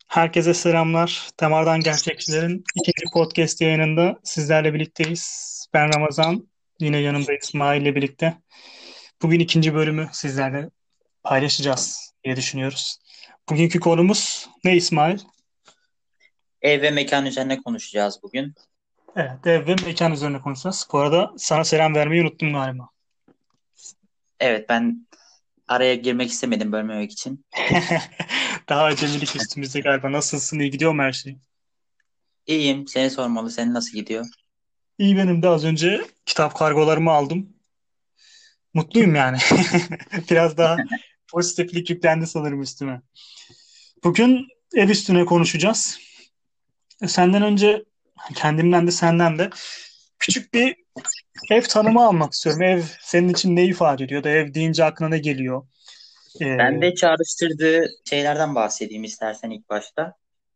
Herkese selamlar. Damardan Gerçekçilerin ikinci podcast yayınında sizlerle birlikteyiz. Ben Ramazan, yine yanımda İsmail ile birlikte. Bugün ikinci bölümü sizlerle paylaşacağız diye düşünüyoruz. Bugünkü konumuz ne İsmail? Ev ve mekan üzerine konuşacağız bugün. Evet, ev ve mekan üzerine konuşacağız. Bu arada sana selam vermeyi unuttum galiba. Evet, ben araya girmek istemedim bölmemek için. Daha acemilik üstümüzde galiba. Nasılsın? İyi gidiyor mu her şey? İyiyim, seni sormalı. Senin nasıl gidiyor? İyi, benim de az önce kitap kargolarımı aldım. Mutluyum yani. Biraz daha pozitiflik yüklendi sanırım üstüme. Bugün ev üstüne konuşacağız. Senden önce kendimden de senden de küçük bir ev tanımı almak istiyorum. Ev senin için ne ifade ediyor da ev deyince aklına ne geliyor? Ben Ee, de çağrıştırdığı şeylerden bahsedeyim istersen ilk başta.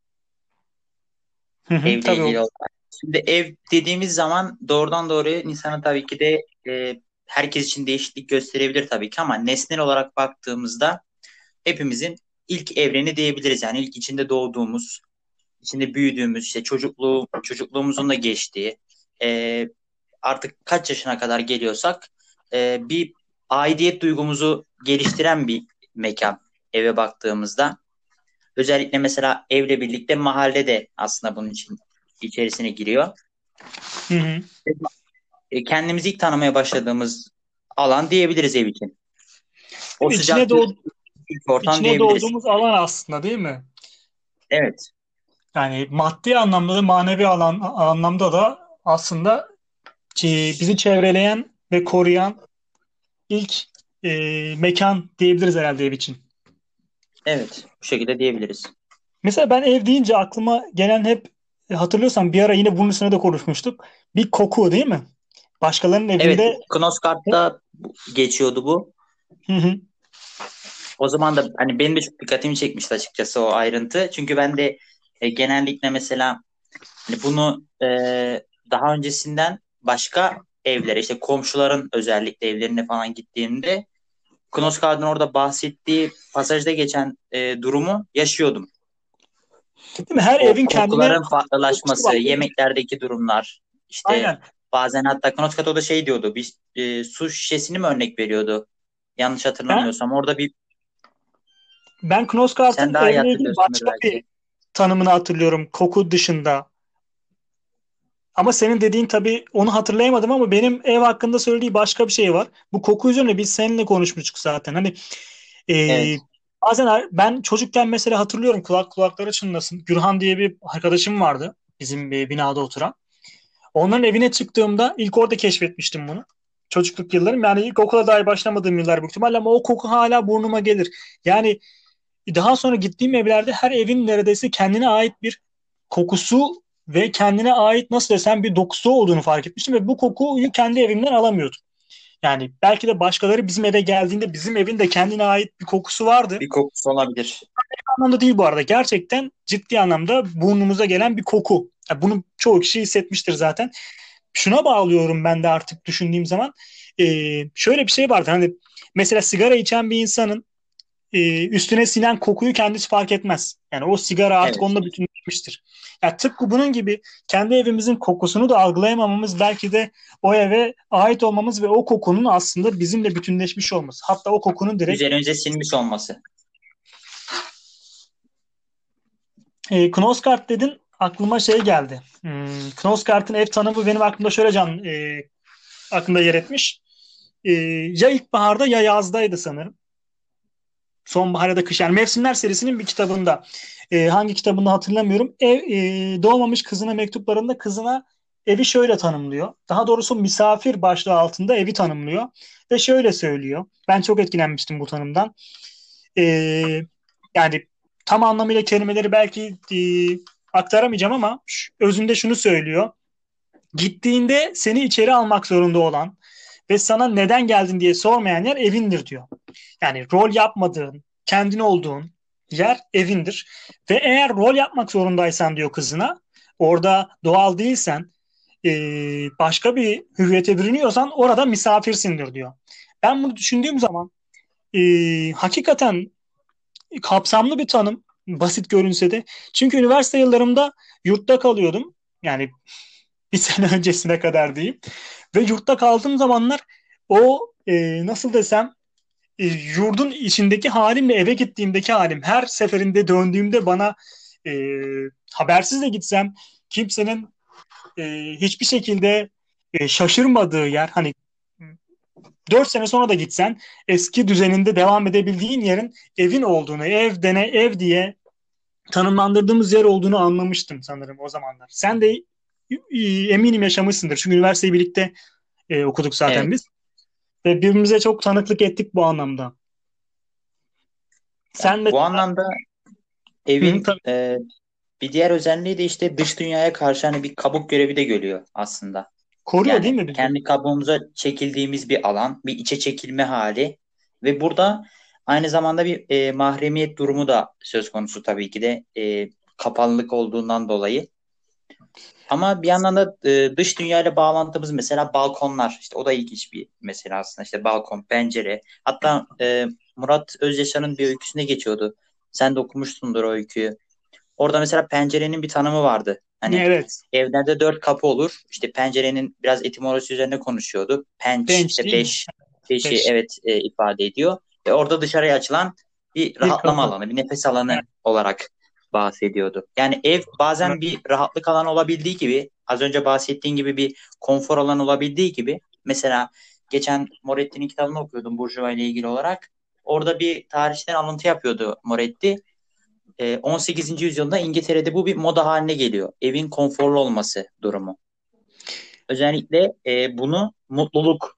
Evle tabii o. ilgili olarak. Şimdi ev dediğimiz zaman doğrudan doğruya insana tabii ki de herkes için değişiklik gösterebilir tabii ki ama nesnel olarak baktığımızda hepimizin ilk evreni diyebiliriz. Yani ilk içinde doğduğumuz, içinde büyüdüğümüz, işte çocukluğumuzun da geçtiği, e, artık kaç yaşına kadar geliyorsak bir aidiyet duygumuzu geliştiren bir mekan eve baktığımızda. Özellikle mesela evle birlikte mahalle de aslında bunun için içerisine giriyor. Hı hı. Kendimizi ilk tanımaya başladığımız alan diyebiliriz ev için. Değil O mi? sıcaklığı ilk ortam İçine diyebiliriz. doğduğumuz alan aslında, değil mi? Evet, Yani maddi anlamda da manevi anlamda da aslında bizi çevreleyen ve koruyan ilk mekan diyebiliriz herhalde ev için. evet, bu şekilde diyebiliriz. Mesela ben ev deyince aklıma gelen hep, hatırlıyorsan bir ara yine bunun üstüne de konuşmuştuk. Bir koku, değil mi? Başkalarının Evet, evinde. Knoskart'ta geçiyordu bu. Hı hı. O zaman da hani benim de çok dikkatimi çekmişti açıkçası o ayrıntı. Çünkü ben de genellikle mesela hani bunu daha öncesinden başka evlere işte komşuların özellikle evlerine falan gittiğimde Knosgaard'ın orada bahsettiği pasajda geçen durumu yaşıyordum. Değil mi? Her O evin kendine kokuların kokusu farklılaşması, var, değil mi? yemeklerdeki durumlar işte Aynen. bazen hatta Knosgaard o da şey diyordu bir su şişesini mi örnek veriyordu? Yanlış Ben hatırlamıyorsam orada bir ben Knosgaard'ın sen daha iyi evle ilgili hatırlıyorsundur başka bir belki. tanımını hatırlıyorum koku dışında. Ama senin dediğin, tabii onu hatırlayamadım, ama benim ev hakkında söylediği başka bir şey var. Bu koku üzerine biz seninle konuşmuştuk zaten. Hani e, Evet. bazen ben çocukken mesela hatırlıyorum, kulakları çınlasın. Gürhan diye bir arkadaşım vardı bizim bir binada oturan. Onların evine çıktığımda ilk orada keşfetmiştim bunu. Çocukluk yıllarım, yani ilkokula dahi başlamadığım yıllar büyük ihtimalle, ama o koku hala burnuma gelir. Yani daha sonra gittiğim evlerde her evin neredeyse kendine ait bir kokusu ve kendine ait, nasıl desem, bir dokusu olduğunu fark etmiştim ve bu kokuyu kendi evimden alamıyordum. Yani belki de başkaları bizim eve geldiğinde bizim evin de kendine ait bir kokusu vardı. Bir kokusu olabilir. Anlamda değil bu arada. Gerçekten ciddi anlamda burnumuza gelen bir koku. Yani bunu çoğu kişi hissetmiştir zaten. Şuna bağlıyorum ben de artık düşündüğüm zaman. Şöyle bir şey vardı. Hani mesela sigara içen bir insanın üstüne sinen kokuyu kendisi fark etmez. Yani o sigara artık Evet. onunla bütünleşmiştir. Ya tıpkı bunun gibi kendi evimizin kokusunu da algılayamamamız belki de o eve ait olmamız ve o kokunun aslında bizimle bütünleşmiş olması. Hatta o kokunun direkt Üzerimize sinmiş olması. Knosgaard dedin, aklıma şey geldi. Knosgaard'ın ev tanımı benim aklımda şöyle aklımda yer etmiş. Ya ilkbaharda ya yazdaydı sanırım. Sonbahar ya da kış, yani Mevsimler serisinin bir kitabında, hangi kitabında hatırlamıyorum, doğmamış kızına mektuplarında kızına evi şöyle tanımlıyor. Daha doğrusu misafir başlığı altında evi tanımlıyor ve şöyle söylüyor. Ben çok etkilenmiştim bu tanımdan. E, Yani tam anlamıyla kelimeleri belki aktaramayacağım, ama özünde şunu söylüyor. Gittiğinde seni içeri almak zorunda olan ve sana neden geldin diye sormayan yer evindir diyor. Yani rol yapmadığın, kendin olduğun yer evindir. Ve eğer rol yapmak zorundaysan diyor kızına, orada doğal değilsen, e, başka bir hüviyete bürünüyorsan orada misafirsindir diyor. Ben bunu düşündüğüm zaman hakikaten kapsamlı bir tanım. basit görünse de. Çünkü üniversite yıllarımda yurtta kalıyordum. Yani bir sene öncesine kadar diyeyim. Ve yurtta kaldığım zamanlar o nasıl desem yurdun içindeki halimle eve gittiğimdeki halim her seferinde döndüğümde bana e, habersiz de gitsem kimsenin hiçbir şekilde şaşırmadığı yer hani 4 sene sonra da gitsen eski düzeninde devam edebildiğin yerin evin olduğunu, ev diye tanımlandırdığımız yer olduğunu anlamıştım sanırım o zamanlar. Sen de eminim yaşamışsındır. Çünkü üniversiteyi birlikte okuduk zaten Evet. biz. Ve birbirimize çok tanıklık ettik bu anlamda. Ya Sen bu mesela anlamda hı, evin tabii, bir diğer özelliği de işte dış dünyaya karşı hani bir kabuk görevi de görüyor aslında. koruyor değil Yani mi bizi? kendi kabuğumuza çekildiğimiz bir alan, bir içe çekilme hali ve burada aynı zamanda bir mahremiyet durumu da söz konusu tabii ki de kapalılık olduğundan dolayı. Ama bir yandan da dış dünyayla bağlantımız mesela balkonlar. İşte o da ilginç bir mesele aslında. İşte balkon, pencere. Hatta Murat Özyaşar'ın bir öyküsüne geçiyordu. Sen de okumuşsundur o öyküyü. Orada mesela pencerenin bir tanımı vardı. Hani Evet. evlerde dört kapı olur. İşte pencerenin biraz etimolojisi üzerine konuşuyordu. Penç, Bench işte değil mi? beşi Beş. evet ifade ediyor. Ve orada dışarıya açılan bir Bir rahatlama kapı. alanı, bir nefes Evet. alanı olarak bahsediyordu. Yani ev bazen bir rahatlık alanı olabildiği gibi, az önce bahsettiğin gibi bir konfor alanı olabildiği gibi, mesela geçen Moretti'nin kitabını okuyordum Burjuva ile ilgili olarak. Orada bir tarihten alıntı yapıyordu Moretti. 18. yüzyılda İngiltere'de bu bir moda haline geliyor. Evin konforlu olması durumu. Özellikle bunu mutluluk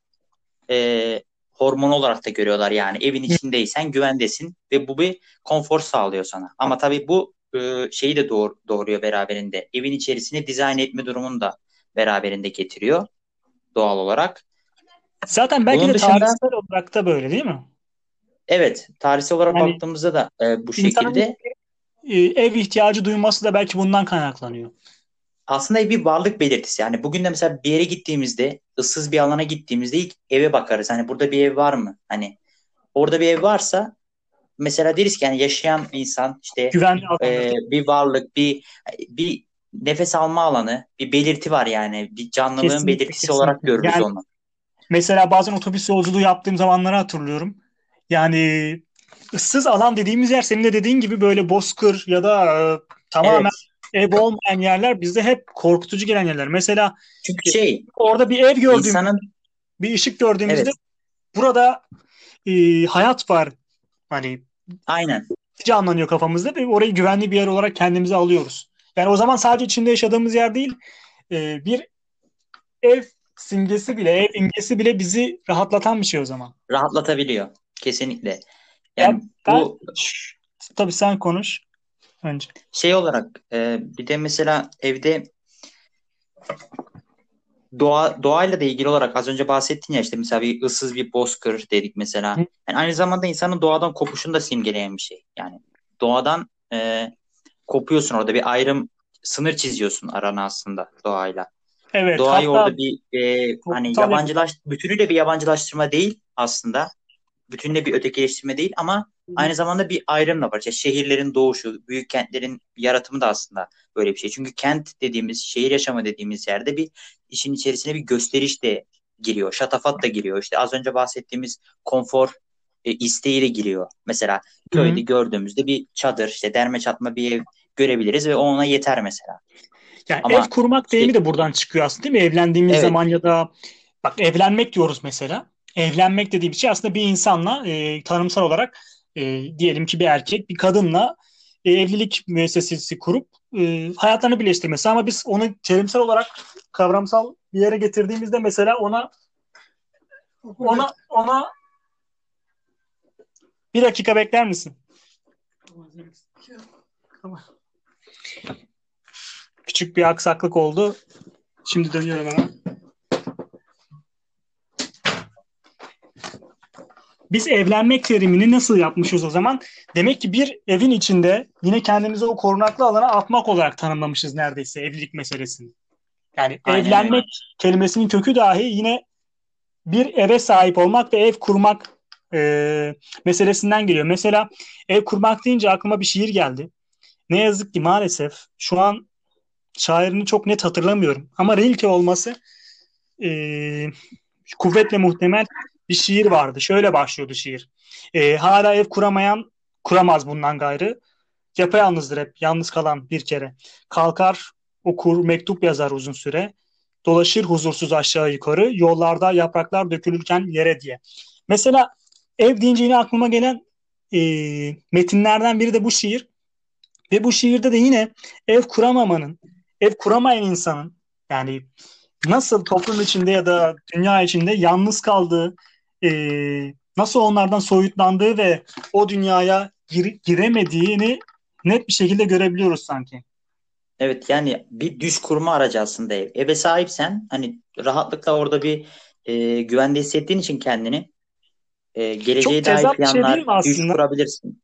hormonu olarak da görüyorlar yani. Evin içindeysen güvendesin ve bu bir konfor sağlıyor sana. Ama tabii bu şeyi de doğuruyor beraberinde. Evin içerisini dizayn etme durumunu da beraberinde getiriyor doğal olarak. Zaten belki Bunun de dışında tarihsel olarak da böyle değil mi? evet tarihsel olarak Yani baktığımızda da bu insanın şekilde. ev ihtiyacı duyması da belki bundan kaynaklanıyor. Aslında bir varlık belirtisi. Yani bugün de mesela bir yere gittiğimizde, ıssız bir alana gittiğimizde ilk eve bakarız. Hani burada bir ev var mı? Hani orada bir ev varsa mesela deriz ki yani yaşayan insan işte Güvenli alandır değil mi? bir varlık, bir nefes alma alanı, bir belirti var yani. Bir canlılığın Kesinlikle, belirtisi olarak kesinlikle. görürüz Yani onu. mesela bazen otobüs yolculuğu yaptığım zamanları hatırlıyorum. Yani ıssız alan dediğimiz yer senin de dediğin gibi böyle bozkır ya da tamamen Evet. ev olmayan yerler bizde hep korkutucu gelen yerler. Mesela Çünkü e, orada bir ev gördüğümüzde, insanın bir ışık gördüğümüzde evet, burada hayat var. Hani aynen. canlanıyor kafamızda ve orayı güvenli bir yer olarak kendimize alıyoruz. Yani o zaman sadece içinde yaşadığımız yer değil, bir ev simgesi bile, ev imgesi bile bizi rahatlatan bir şey o zaman. Rahatlatabiliyor. Kesinlikle. Ya Yani ben bu tabii sen konuş önce. şey olarak bir de mesela evde doğayla da ilgili olarak az önce bahsettin ya işte mesela bir ıssız bir bozkır dedik mesela. Hı. Yani aynı zamanda insanın doğadan kopuşunu da simgeleyen bir şey. Yani doğadan kopuyorsun orada bir ayrım sınır çiziyorsun arana aslında doğayla. Evet, Doğayı hatta orada bir hani toplumsal yapıda. bütünüyle bir yabancılaştırma değil aslında. Bütünüyle bir ötekileştirme değil ama aynı zamanda bir ayrım da var. İşte şehirlerin doğuşu, büyük kentlerin yaratımı da aslında böyle bir şey. Çünkü kent dediğimiz, şehir yaşamı dediğimiz yerde bir işin içerisine bir gösteriş de giriyor. Şatafat da giriyor. İşte az önce bahsettiğimiz konfor isteği de giriyor. Mesela Hı köyde hı. gördüğümüzde bir çadır, işte derme çatma bir ev görebiliriz ve o ona yeter mesela. Yani ev Ama kurmak işte deyimi de buradan çıkıyor aslında değil mi? Evlendiğimiz evet, zaman ya da bak evlenmek diyoruz mesela. Evlenmek dediğimiz şey aslında bir insanla tanımsal olarak diyelim ki bir erkek bir kadınla evlilik müessesesi kurup hayatlarını birleştirmesi. Ama biz onu terimsel olarak kavramsal bir yere getirdiğimizde mesela ona bir dakika bekler misin? Küçük bir aksaklık oldu. Şimdi dönüyorum hemen. Biz evlenmek terimini nasıl yapmışız o zaman? Demek ki bir evin içinde yine kendimizi o korunaklı alana atmak olarak tanımlamışız neredeyse evlilik meselesini. Yani aynen evlenmek öyle. kelimesinin kökü dahi yine bir eve sahip olmak ve ev kurmak meselesinden geliyor. Mesela ev kurmak deyince aklıma bir şiir geldi. ne yazık ki maalesef şu an şairini çok net hatırlamıyorum. Ama Rilke olması e, kuvvetle muhtemel bir şiir vardı. Şöyle başlıyordu şiir. Hala ev kuramayan kuramaz bundan gayrı. Yapayalnızdır hep, yalnız kalan bir kere. Kalkar, okur, mektup yazar uzun süre. Dolaşır huzursuz aşağı yukarı, yollarda yapraklar dökülürken yere diye. Mesela ev deyince yine aklıma gelen metinlerden biri de bu şiir. Ve bu şiirde de yine ev kuramamanın, ev kuramayan insanın yani nasıl toplum içinde ya da dünya içinde yalnız kaldığı, e, nasıl onlardan soyutlandığı ve o dünyaya giremediğini net bir şekilde görebiliyoruz sanki. Evet, yani bir düş kurma aracı aslında ev. Eve sahipsen hani rahatlıkla orada bir güvende hissettiğin için kendini Çok geleceğe dair tezat bir şey değil planlar, mi düş aslında? kurabilirsin.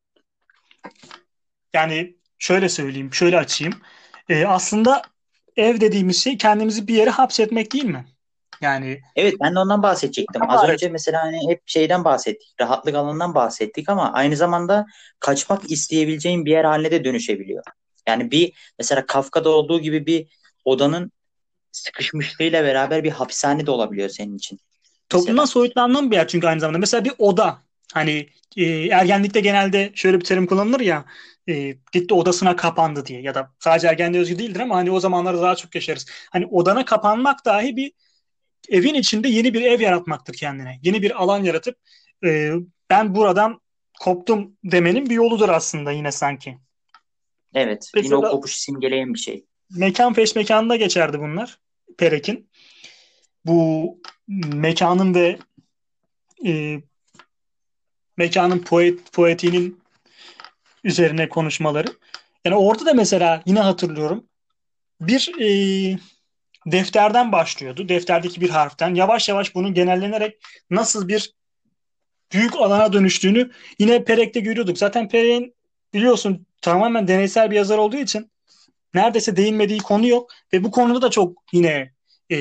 Yani şöyle söyleyeyim, şöyle açayım. Aslında ev dediğimiz şey kendimizi bir yere hapsetmek değil mi? Yani Evet, ben de ondan bahsedecektim. kurama Az önce aracı. mesela hani hep şeyden bahsettik. Rahatlık alanından bahsettik ama aynı zamanda kaçmak isteyebileceğin bir yer haline de dönüşebiliyor. Yani bir mesela Kafka'da olduğu gibi bir odanın sıkışmışlığıyla beraber bir hapishane de olabiliyor senin için Toplumdan mesela. soyutlanan bir yer çünkü aynı zamanda. Mesela bir oda. Hani ergenlikte genelde şöyle bir terim kullanılır ya, gitti odasına kapandı diye, ya da sadece ergenliğe özgü değildir ama hani o zamanlarda daha çok yaşarız. Hani odana kapanmak dahi bir evin içinde yeni bir ev yaratmaktır kendine. Yeni bir alan yaratıp e, ben buradan koptum demenin bir yoludur aslında yine sanki. Evet, yine o Mesela kopuşu simgeleyen bir şey. mekan peş mekanında geçerdi bunlar. Perek'in. Bu mekanın ve e, mekanın poetiğinin üzerine konuşmaları. Yani orada da mesela yine hatırlıyorum. Bir defterden başlıyordu. Defterdeki bir harften. Yavaş yavaş bunun genellenerek nasıl bir büyük alana dönüştüğünü yine Perek'te görüyorduk. Zaten Perek'in biliyorsun tamamen deneysel bir yazar olduğu için neredeyse değinmediği konu yok. Ve bu konuda da çok yine e,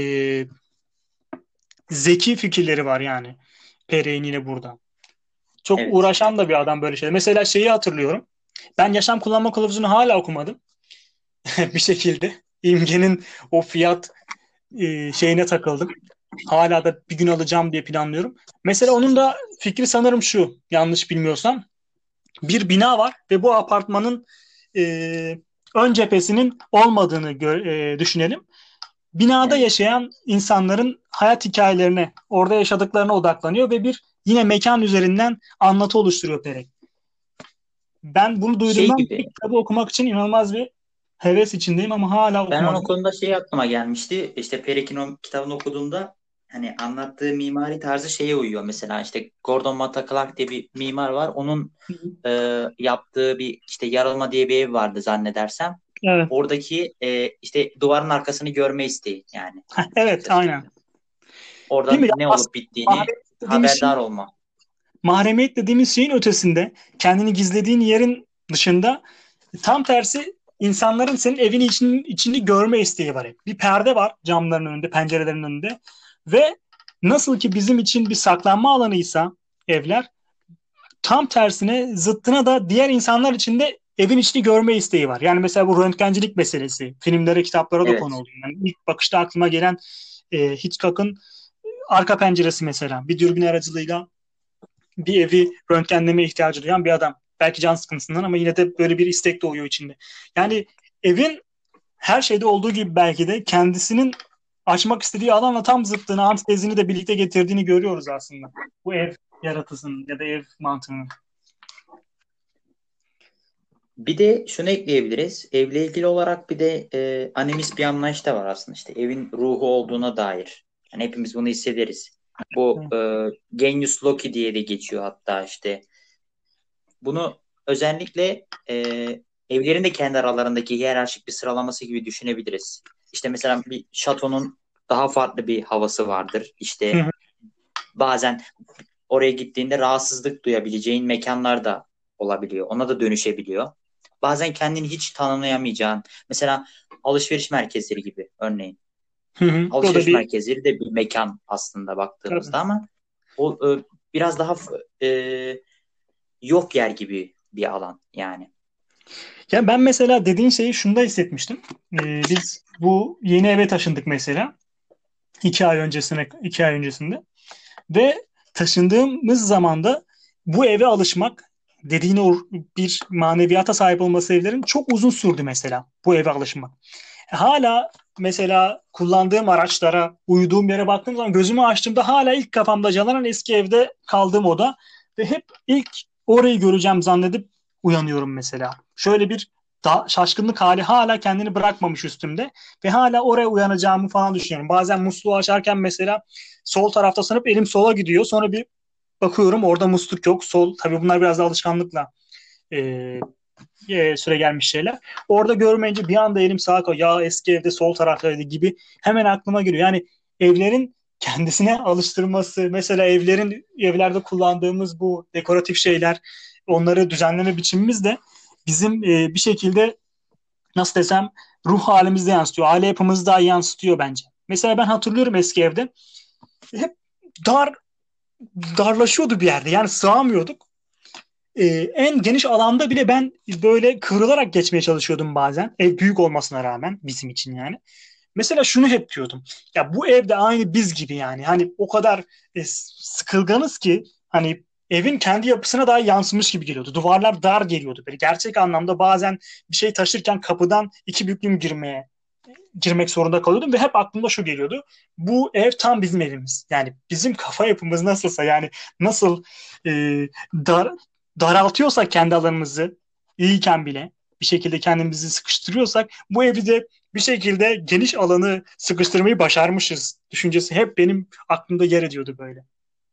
zeki fikirleri var yani. Perek'in yine burada. Çok Evet. uğraşan da bir adam böyle şeyler. Mesela şeyi hatırlıyorum. Ben yaşam kullanma kılavuzunu hala okumadım. Bir şekilde İmge'nin o fiyat şeyine takıldım. Hala da bir gün alacağım diye planlıyorum. Mesela onun da fikri sanırım şu, yanlış bilmiyorsam. Bir bina var ve bu apartmanın e, ön cephesinin olmadığını düşünelim. Binada Evet. yaşayan insanların hayat hikayelerine, orada yaşadıklarına odaklanıyor ve bir yine mekan üzerinden anlatı oluşturuyor Perek. Ben bunu Şey duyduğumdan beri gibi, kitabı okumak için inanılmaz bir heves içindeyim ama hala ben onun okumadım. konuda şey aklıma gelmişti. İşte Perek'in o kitabını okuduğumda hani anlattığı mimari tarzı şeye uyuyor. Mesela işte Gordon Matta Clark diye bir mimar var. Onun yaptığı bir işte Yarılma diye bir ev vardı zannedersem. Evet. Oradaki işte duvarın arkasını görme isteği yani Evet, açıkçası. aynen. Değil Orada mi? ne olup Aslında bittiğini mahremiyet dediğimiz haberdar şey, olma. mahremiyet dediğimiz şeyin ötesinde, kendini gizlediğin yerin dışında tam tersi insanların senin evin içini görme isteği var hep. Bir perde var camların önünde, pencerelerin önünde ve nasıl ki bizim için bir saklanma alanıysa evler, tam tersine zıttına da diğer insanlar için de evin içini görme isteği var. Yani mesela bu röntgencilik meselesi filmlere, kitaplara da konu Evet. oluyor. Yani ilk bakışta aklıma gelen Hitchcock'ın Arka Penceresi mesela. Bir dürbün aracılığıyla bir evi röntgenlemeye ihtiyacı duyan bir adam. Belki can sıkıntısından ama yine de böyle bir istek doğuyor içinde. Yani evin her şeyde olduğu gibi belki de kendisinin açmak istediği alanla tam zıttını, antitezini de birlikte getirdiğini görüyoruz aslında. Bu ev yaratısının ya da ev mantığının. Bir de şunu ekleyebiliriz. Evle ilgili olarak bir de animist bir anlayış da var aslında. İşte evin ruhu olduğuna dair. Yani hepimiz bunu hissederiz. Bu Genius Loci diye de geçiyor hatta işte. Bunu özellikle evlerin de kendi aralarındaki hiyerarşik bir sıralaması gibi düşünebiliriz. İşte mesela bir şatonun daha farklı bir havası vardır. Hı İşte hı. bazen oraya gittiğinde rahatsızlık duyabileceğin mekanlar da olabiliyor. Ona da dönüşebiliyor. Bazen kendini hiç tanımlayamayacağın, mesela alışveriş merkezleri gibi örneğin. Hı hı. O da Alışveriş bir merkezleri de bir mekan aslında tabii. baktığımızda ama o biraz daha yok yer gibi bir alan yani. Ya ben mesela dediğin şeyi şunda hissetmiştim. Biz bu yeni eve taşındık mesela. 2 ay öncesinde. Ve taşındığımız zaman da bu eve alışmak, dediğin o bir maneviyata sahip olması evlerin çok uzun sürdü mesela bu eve alışmak. Hala mesela kullandığım araçlara, uyuduğum yere baktığım zaman gözümü açtığımda hala ilk kafamda canlanan eski evde kaldığım oda ve hep ilk orayı göreceğim zannedip uyanıyorum mesela. Şöyle bir şaşkınlık hali hala kendini bırakmamış üstümde ve hala oraya uyanacağımı falan düşünüyorum. Bazen musluğu açarken mesela sol tarafta sanıp elim sola gidiyor. Sonra bir bakıyorum orada musluk yok. Sol, tabii bunlar biraz da alışkanlıkla e, süre gelmiş şeyler. Orada görmeyince bir anda elim sağa kayıyor. Ya eski evde sol taraftaydı gibi hemen aklıma geliyor. Yani evlerin kendisine alıştırması, mesela evlerde kullandığımız bu dekoratif şeyler, onları düzenleme biçimimiz de bizim bir şekilde, nasıl desem, ruh halimizde yansıtıyor. Aile yapımızı da yansıtıyor bence. Mesela ben hatırlıyorum eski evde hep dar darlaşıyordu bir yerde. Yani sığamıyorduk. En geniş alanda bile ben böyle kıvrılarak geçmeye çalışıyordum bazen. Ev büyük olmasına rağmen bizim için yani. Mesela şunu hep diyordum. Ya bu evde aynı biz gibi yani. Hani o kadar sıkılganız ki hani evin kendi yapısına daha yansımış gibi geliyordu. Duvarlar dar geliyordu. Böyle gerçek anlamda bazen bir şey taşırken kapıdan 2 büklüm girmek zorunda kalıyordum ve hep aklımda şu geliyordu. Bu ev tam bizim evimiz. Yani bizim kafa yapımız nasılsa, yani nasıl e, dar, daraltıyorsak kendi alanımızı iyiyken bile bir şekilde kendimizi sıkıştırıyorsak bu evi de bir şekilde geniş alanı sıkıştırmayı başarmışız düşüncesi hep benim aklımda yer ediyordu böyle.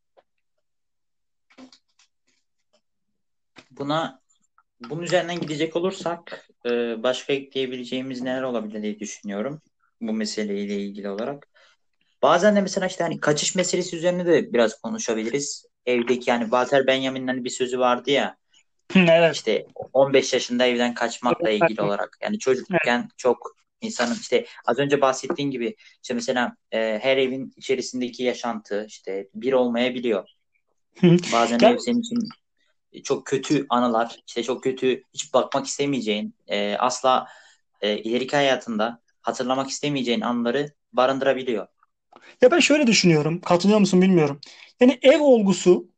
Buna Bunun üzerinden gidecek olursak başka ekleyebileceğimiz neler olabilir diye düşünüyorum bu meseleyle ilgili olarak. Bazen de mesela işte hani kaçış meselesi üzerine de biraz konuşabiliriz. Evdeki yani Walter Benjamin'in hani bir sözü vardı ya, Evet. işte 15 yaşında evden kaçmakla ilgili olarak. Yani Evet. çocukken çok insanın işte az önce bahsettiğin gibi işte mesela her evin içerisindeki yaşantı işte bir olmayabiliyor. Bazen Ya, ev senin için çok kötü anılar, işte çok kötü hiç bakmak istemeyeceğin, asla ileriki hayatında hatırlamak istemeyeceğin anıları barındırabiliyor. ya ben şöyle düşünüyorum. Katılıyor musun bilmiyorum. Yani ev olgusu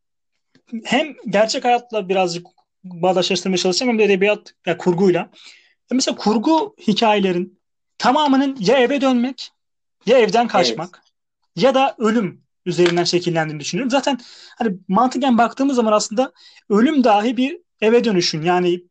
hem gerçek hayatla birazcık bağdaşlaştırmaya çalışacağım hem de edebiyat ya kurguyla. Mesela kurgu hikayelerin tamamının ya eve dönmek, ya evden Evet. kaçmak, ya da ölüm üzerinden şekillendiğini düşünüyorum. Zaten hani mantıken baktığımız zaman aslında ölüm dahi bir eve dönüşün, yani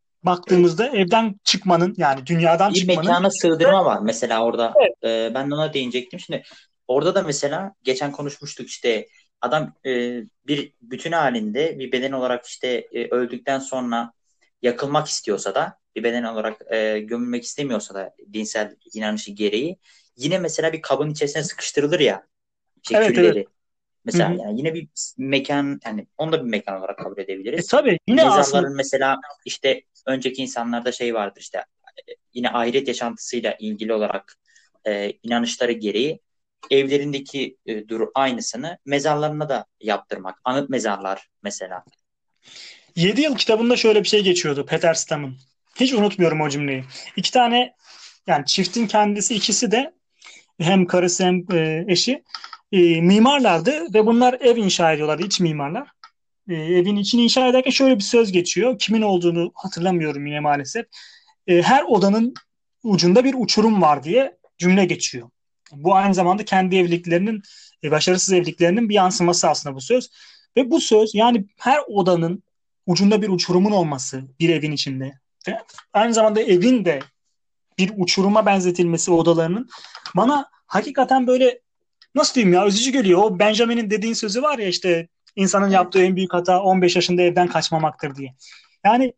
Evet. baktığımızda evden çıkmanın, yani dünyadan Bir çıkmanın. mekana sığdırma var mesela orada. Evet. Ben de ona değinecektim. Şimdi orada da mesela geçen konuşmuştuk işte adam bir bütün halinde bir beden olarak işte öldükten sonra yakılmak istiyorsa da bir beden olarak gömülmek istemiyorsa da dinsel inanışı gereği yine mesela bir kabın içerisine sıkıştırılır ya işte Evet, evet. külleri. Hı Mesela hı. yani yine bir mekan yani onu da bir mekan olarak kabul edebiliriz. Tabii yine aslında. Mezarların mesela işte önceki insanlarda şey vardır işte yine ahiret yaşantısıyla ilgili olarak inanışları gereği evlerindeki aynısını mezarlarına da yaptırmak. Anıt mezarlar mesela. 7 Yıl kitabında şöyle bir şey geçiyordu Peter Stam'ın. Hiç unutmuyorum o cümleyi. İki tane, yani çiftin kendisi, ikisi de hem karısı hem eşi mimarlardı ve bunlar ev inşa ediyorlardı, iç mimarlar. Evin içini inşa ederken şöyle bir söz geçiyor. Kimin olduğunu hatırlamıyorum yine maalesef. Her odanın ucunda bir uçurum var diye cümle geçiyor. Bu aynı zamanda kendi evliliklerinin, başarısız evliliklerinin bir yansıması aslında bu söz. Ve bu söz, yani her odanın ucunda bir uçurumun olması bir evin içinde. Ve aynı zamanda evin de bir uçuruma benzetilmesi odalarının bana hakikaten böyle, nasıl diyeyim ya, üzücü geliyor. O Benjamin'in dediğin sözü var ya, işte insanın yaptığı Evet. en büyük hata 15 yaşında evden kaçmamaktır diye. Yani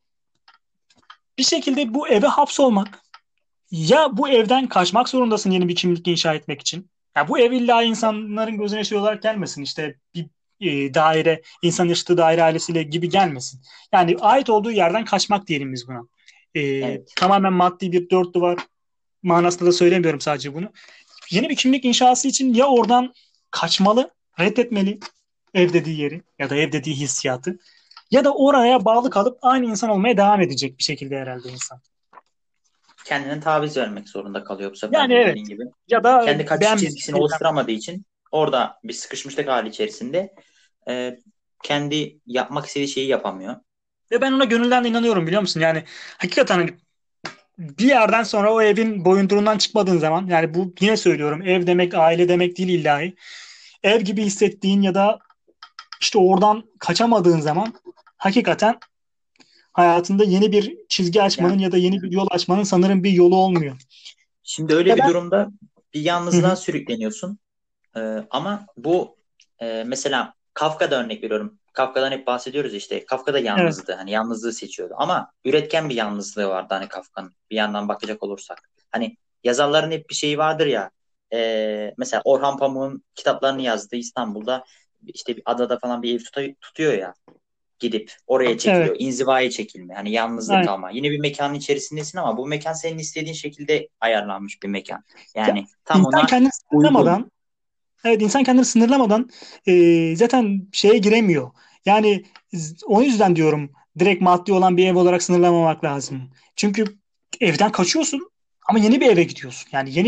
bir şekilde bu eve hapsolmak, ya bu evden kaçmak zorundasın yeni bir kimlik inşa etmek için. Ya bu ev illa insanların gözüne şey olarak gelmesin. İşte bir daire, insan yaşadığı daire ailesiyle gibi gelmesin. Yani ait olduğu yerden kaçmak diyelim biz buna. Evet. Tamamen maddi bir dört duvar manasında da söylemiyorum sadece bunu. Yeni bir kimlik inşası için ya oradan kaçmalı, reddetmeli ev dediği yeri ya da ev dediği hissiyatı, ya da oraya bağlı kalıp aynı insan olmaya devam edecek bir şekilde herhalde insan. Kendine taviz vermek zorunda kalıyor bu sefer Yani de evet. dediğin gibi. Ya da Kendi kaçış beğenmediği çizgisini şeyden. oluşturamadığı için orada bir sıkışmışlık hali içerisinde e, kendi yapmak istediği şeyi yapamıyor. Ve ben ona gönülden de inanıyorum, biliyor musun? Yani hakikaten hani bir yerden sonra o evin boyunduruğundan çıkmadığın zaman, yani bu yine söylüyorum, ev demek aile demek değil illahi. Ev gibi hissettiğin ya da işte oradan kaçamadığın zaman hakikaten hayatında yeni bir çizgi açmanın Yani ya da yeni bir yol açmanın sanırım bir yolu olmuyor. şimdi öyle Ve bir ben durumda bir hı yalnızlığa hı, sürükleniyorsun. Ama bu mesela Kafka'da örnek veriyorum. Kafka'dan hep bahsediyoruz işte. Kafka da evet, yalnızdı. Hani yalnızlığı seçiyordu. Ama üretken bir yalnızlığı vardı hani Kafka'nın. Bir yandan bakacak olursak. Hani yazarların hep bir şeyi vardır ya. Mesela Orhan Pamuk'un kitaplarını yazdığı İstanbul'da işte bir adada falan bir ev tutuyor ya. Gidip oraya evet, çekiliyor. İnzivaya çekilme. Hani yalnızlık aynen. kalma. Yine bir mekanın içerisindesin ama bu mekan senin istediğin şekilde ayarlanmış bir mekan. Ya, Yani tam insan ona kendini uygun. sınırlamadan Evet, insan kendini sınırlamadan zaten şeye giremiyor. Yani o yüzden diyorum, direkt maddi olan bir ev olarak sınırlamamak lazım. Çünkü evden kaçıyorsun ama yeni bir eve gidiyorsun.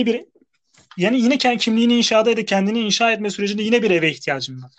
Yani yine kendi kimliğini inşa ya da kendini inşa etme sürecinde yine bir eve ihtiyacım var.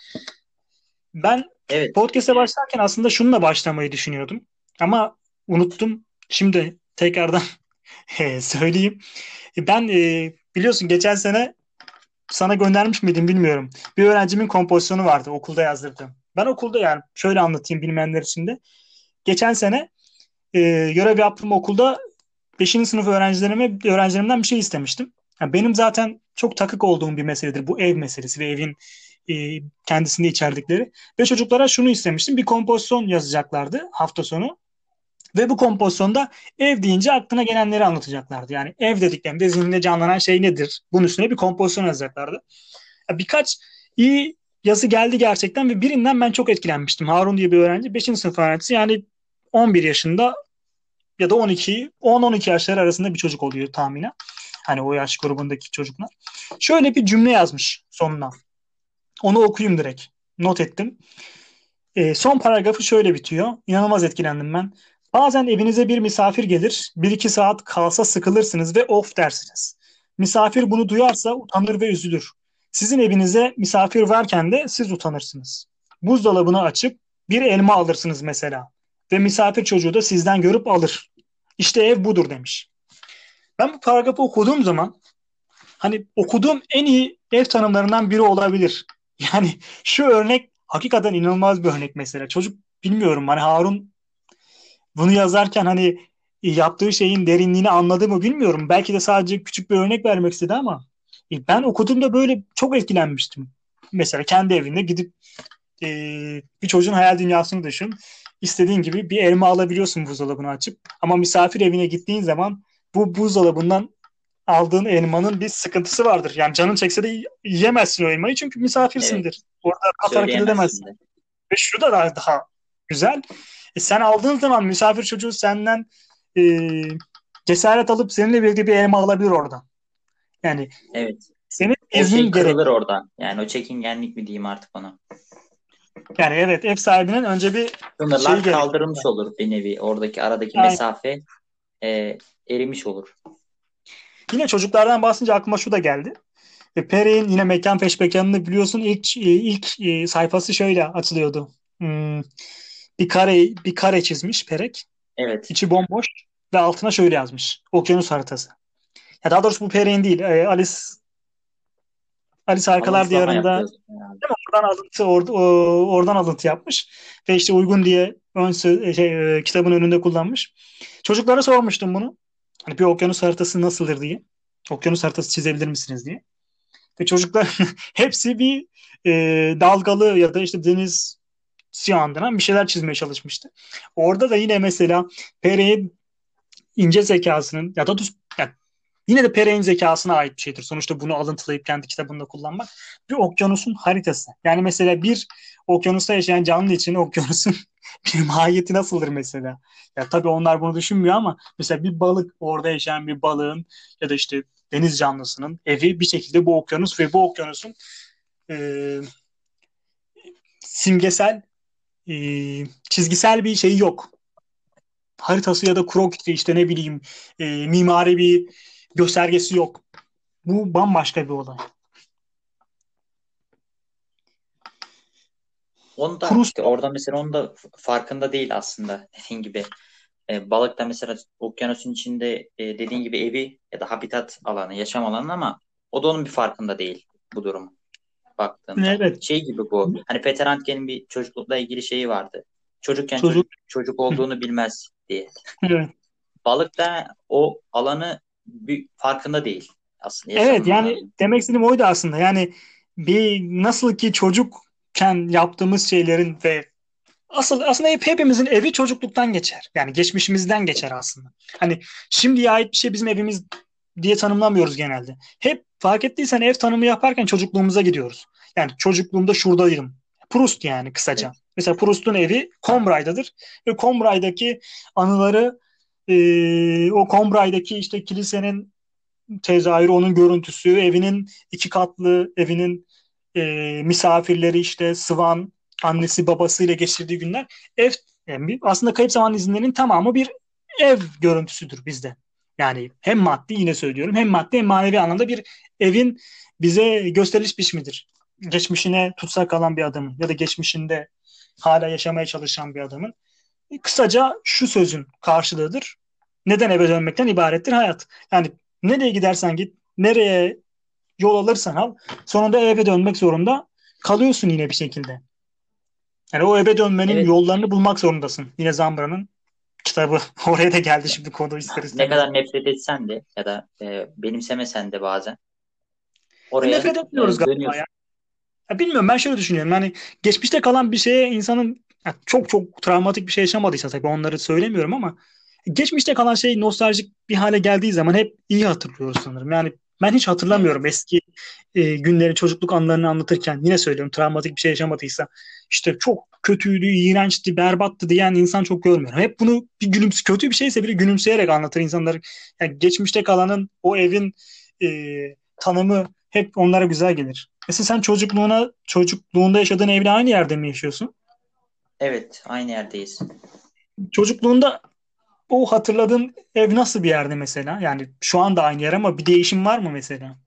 Ben Evet. podcast'e başlarken aslında şununla başlamayı düşünüyordum. Ama unuttum. Şimdi tekrardan söyleyeyim. Ben biliyorsun geçen sene sana göndermiş miydim bilmiyorum. Bir öğrencimin kompozisyonu vardı okulda yazdırdığım. Ben okulda, yani şöyle anlatayım bilmeyenler için de. Geçen sene görev yaptığım okulda beşinci sınıf öğrencilerimden bir şey istemiştim. Yani benim zaten çok takık olduğum bir meseledir bu ev meselesi ve evin kendisinde içerdikleri. Ve çocuklara şunu istemiştim. Bir kompozisyon yazacaklardı hafta sonu. Ve bu kompozisyonda ev deyince aklına gelenleri anlatacaklardı. Yani ev dediklerinde zihninde canlanan şey nedir? Bunun üstüne bir kompozisyon yazacaklardı. Birkaç iyi yazı geldi gerçekten ve birinden ben çok etkilenmiştim. Harun diye bir öğrenci, beşinci sınıf öğrencisi, yani 11 yaşında ya da 12, 10-12 yaşları arasında bir çocuk oluyor tahminen. Hani o yaş grubundaki çocuklar. Şöyle bir cümle yazmış sonuna. Onu okuyayım direkt. Not ettim. Son paragrafı şöyle bitiyor. İnanılmaz etkilendim ben. Bazen evinize bir misafir gelir, bir iki saat kalsa sıkılırsınız ve of dersiniz. Misafir bunu duyarsa utanır ve üzülür. Sizin evinize misafir varken de siz utanırsınız. Buzdolabını açıp bir elma alırsınız mesela. Ve misafir çocuğu da sizden görüp alır. İşte ev budur demiş. Ben bu paragrafı okuduğum zaman hani okuduğum en iyi ev tanımlarından biri olabilir. Yani şu örnek hakikaten inanılmaz bir örnek mesela. Çocuk, bilmiyorum hani Harun bunu yazarken hani yaptığı şeyin derinliğini anladı mı bilmiyorum. Belki de sadece küçük bir örnek vermek istedi ama ben okuduğumda böyle çok etkilenmiştim. Mesela kendi evinde gidip e, bir çocuğun hayal dünyasını düşün. İstediğin gibi bir elma alabiliyorsun buzdolabını açıp. Ama misafir evine gittiğin zaman bu buzdolabından aldığın elmanın bir sıkıntısı vardır. Yani canın çekse de yiyemezsin o elmayı çünkü Evet. misafirsindir. Orada rahat hareket Söyleyemezsin edemezsin. de. Ve şu da daha güzel. Sen aldığın zaman misafir çocuğu senden e, cesaret alıp seninle birlikte bir elma alabilir oradan. Yani Evet. senin O şey iznin gerek. kırılır orada. Yani o çekingenlik mi diyeyim artık ona. Yani evet, ev sahibinin önce bir şeyi Sınırlar gerekiyor. kaldırılmış olur bir nevi. Oradaki aradaki Aynen. mesafe erimiş olur. Yine çocuklardan bahsedince aklıma şu da geldi. Perry'in yine Mekan Peşmekanı'nı biliyorsun, ilk sayfası şöyle açılıyordu. Hmm, bir kare çizmiş Perek. Evet. İçi bomboş ve altına şöyle yazmış. Okyanus haritası. Ya daha doğrusu bu Perry'in değil. Alice Harikalar Alıntılama Diyarında, yapıyoruz herhalde. oradan alıntı yapmış ve işte uygun diye kitabın önünde kullanmış. Çocuklara sormuştum bunu. Hani bir okyanus haritası nasıldır diye. Okyanus haritası çizebilir misiniz diye. Ve çocuklar hepsi bir dalgalı ya da işte deniz andıran bir şeyler çizmeye çalışmıştı. Orada da yine mesela Perry'e ince zekasının ya yine de Perey'in zekasına ait bir şeydir. Sonuçta bunu alıntılayıp kendi kitabında kullanmak. Bir okyanusun haritası. Yani mesela bir okyanusta yaşayan canlı için okyanusun bir mahiyeti nasıldır mesela? Ya tabii onlar bunu düşünmüyor ama mesela bir balık, orada yaşayan bir balığın ya da işte deniz canlısının evi bir şekilde bu okyanus ve bu okyanusun e, simgesel çizgisel bir şeyi yok. Haritası ya da kroki işte ne bileyim mimari bir göstergesi yok. Bu bambaşka bir olay. Onu da Proust işte orada mesela onun da farkında değil aslında dediğin gibi. Balık da mesela okyanusun içinde dediğin gibi evi ya da habitat alanı, yaşam alanı ama o da onun bir farkında değil bu durum baktığında. evet Şey gibi bu. Hani Peter Handke'nin bir çocuklukla ilgili şeyi vardı. Çocukken çocuk çocuk olduğunu bilmez diye. evet. Balık da o alanı bir farkında değil aslında Evet yaşam yani alanı. demek istediğim oydu aslında. Yani bir nasıl ki çocukken yaptığımız şeylerin ve aslında hepimizin evi çocukluktan geçer. Yani geçmişimizden geçer aslında. Hani şimdiye ait bir şey bizim evimiz diye tanımlamıyoruz genelde. Hep fark ettiysen ev tanımı yaparken çocukluğumuza gidiyoruz. Yani çocukluğumda şuradaydım. Proust yani kısaca. Evet. Mesela Proust'un evi Combray'dadır ve Combray'daki anıları o Combray'daki işte kilisenin tezahürü, onun görüntüsü, evinin iki katlı, evinin misafirleri işte Swan, annesi babasıyla geçirdiği günler. Ev yani aslında Kayıp Zaman İzinlerinin tamamı bir ev görüntüsüdür bizde. Yani hem maddi yine söylüyorum hem maddi hem manevi anlamda bir evin bize gösteriş biçimidir. Geçmişine tutsak kalan bir adamın ya da geçmişinde hala yaşamaya çalışan bir adamın. Kısaca şu sözün karşılığıdır. Neden eve dönmekten ibarettir hayat. Yani nereye gidersen git, nereye yol alırsan al, sonunda eve dönmek zorunda kalıyorsun yine bir şekilde. Yani o eve dönmenin Evet. yollarını bulmak zorundasın. Yine Zambra'nın kitabı. Oraya da geldi şimdi konu ister Ne istemez. kadar nefret etsen de ya da benimsemesen de bazen oraya Nefret etmiyoruz galiba ya. dönüyorsun. Ya bilmiyorum ben şöyle düşünüyorum. Yani geçmişte kalan bir şeye insanın ya çok çok travmatik bir şey yaşamadıysa tabii onları söylemiyorum ama geçmişte kalan şey nostaljik bir hale geldiği zaman hep iyi hatırlıyoruz sanırım. Yani ben hiç hatırlamıyorum Evet. eski günleri, çocukluk anılarını anlatırken yine söylüyorum travmatik bir şey yaşamadıysa işte çok kötüydü, iğrençti, berbattı diyen insan çok görmüyorum. Hep bunu bir kötü bir şeyse bile gülümseyerek anlatır insanlar. Yani geçmişte kalanın o evin e, tanımı hep onlara güzel gelir. Mesela sen çocukluğunda yaşadığın evle aynı yerde mi yaşıyorsun? Evet. Aynı yerdeyiz. Çocukluğunda o hatırladığın ev nasıl bir yerde mesela? Yani şu anda aynı yer ama bir değişim var mı mesela?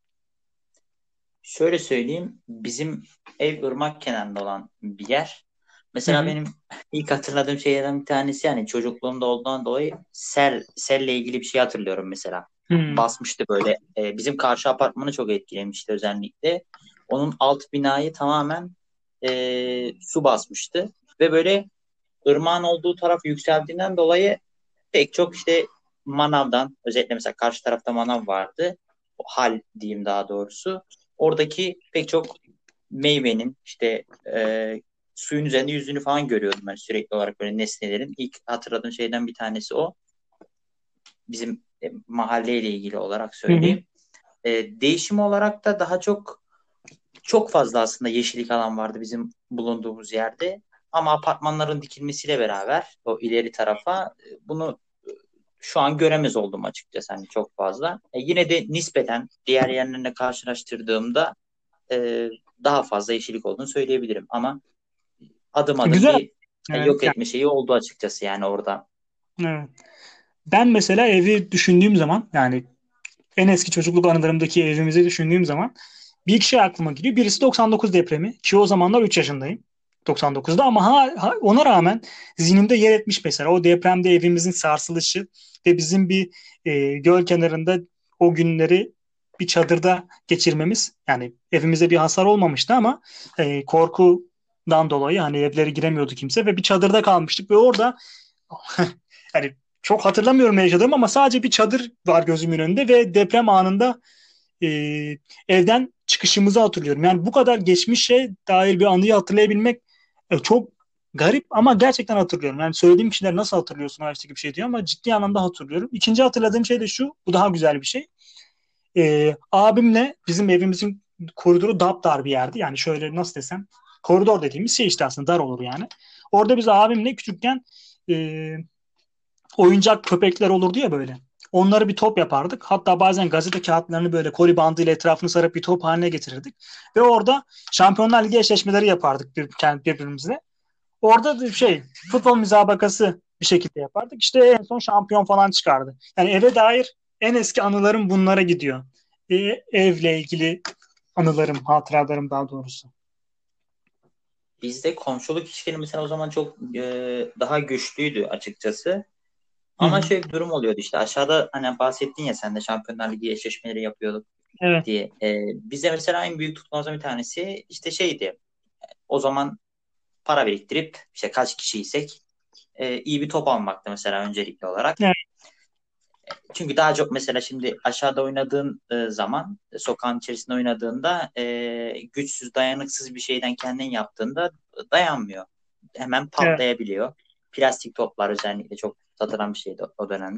Şöyle söyleyeyim. Bizim ev ırmak kenarında olan bir yer. Hı Mesela hı. benim ilk hatırladığım şeylerden bir tanesi yani çocukluğumda olduğundan dolayı selle ilgili bir şey hatırlıyorum mesela. Hı. Basmıştı böyle. Bizim karşı apartmanı çok etkilemişti özellikle. Onun alt binayı tamamen su basmıştı. Ve böyle ırmağın olduğu taraf yükseldiğinden dolayı pek çok işte manavdan özellikle mesela karşı tarafta manav vardı. O hal diyeyim daha doğrusu. Oradaki pek çok meyvenin işte suyun üzerinde yüzünü falan görüyordum ben sürekli olarak böyle nesnelerin. İlk hatırladığım şeyden bir tanesi o. Bizim mahalleyle ilgili olarak Hı hı. söyleyeyim. Değişim olarak da daha çok fazla aslında yeşillik alan vardı bizim bulunduğumuz yerde. Ama apartmanların dikilmesiyle beraber o ileri tarafa bunu şu an göremez oldum açıkçası hani çok fazla. Yine de nispeten diğer yerlerine karşılaştırdığımda e, daha fazla yeşillik olduğunu söyleyebilirim. Ama adım adım Güzel. bir Evet. yok etme şeyi oldu açıkçası yani orada. Evet. Ben mesela evi düşündüğüm zaman yani en eski çocukluk anılarımdaki evimizi düşündüğüm zaman bir iki şey aklıma geliyor. Birisi 99 depremi ki o zamanlar 3 yaşındayım. 99'da ama ona rağmen zihnimde yer etmiş mesela o depremde evimizin sarsılışı ve bizim bir göl kenarında o günleri bir çadırda geçirmemiz yani evimize bir hasar olmamıştı ama korkudan dolayı hani evlere giremiyordu kimse ve bir çadırda kalmıştık ve orada yani çok hatırlamıyorum ne yaşadığım ama sadece bir çadır var gözümün önünde ve deprem anında e, evden çıkışımızı hatırlıyorum. Yani bu kadar geçmişe dair bir anıyı hatırlayabilmek çok garip ama gerçekten hatırlıyorum. Yani söylediğim kişiler nasıl hatırlıyorsun o yaştaki bir şey diyor ama ciddi anlamda hatırlıyorum. İkinci hatırladığım şey de şu, bu daha güzel bir şey. Abimle bizim evimizin koridoru dapdar bir yerdi. Yani şöyle nasıl desem koridor dediğimiz şey işte aslında dar olur yani. Orada biz abimle küçükken e, oyuncak köpekler olurdu ya böyle. Onları bir top yapardık. Hatta bazen gazete kağıtlarını böyle koli bandıyla etrafını sarıp bir top haline getirirdik. Ve orada Şampiyonlar Ligi eşleşmeleri yapardık birbirimizle. orada da futbol müsabakası bir şekilde yapardık. İşte en son şampiyon falan çıkardı. Yani eve dair en eski anılarım bunlara gidiyor. Evle ilgili anılarım, hatıralarım daha doğrusu. Bizde komşuluk ilişkileri mesela o zaman çok daha güçlüydü açıkçası. Hı Ama hı. şöyle bir durum oluyordu işte aşağıda hani bahsettin ya sen de Şampiyonlar Ligi eşleşmeleri yapıyorduk Evet. diye. Bizde mesela en büyük tutkumlardan bir tanesi işte şeydi. O zaman para biriktirip işte kaç kişiysek iyi bir top almaktı mesela öncelikli olarak. Evet. Çünkü daha çok mesela şimdi aşağıda oynadığın zaman sokağın içerisinde oynadığında güçsüz dayanıksız bir şeyden kendin yaptığında dayanmıyor. Hemen Evet. patlayabiliyor. Plastik toplar özellikle çok satılan bir şeydi o dönem.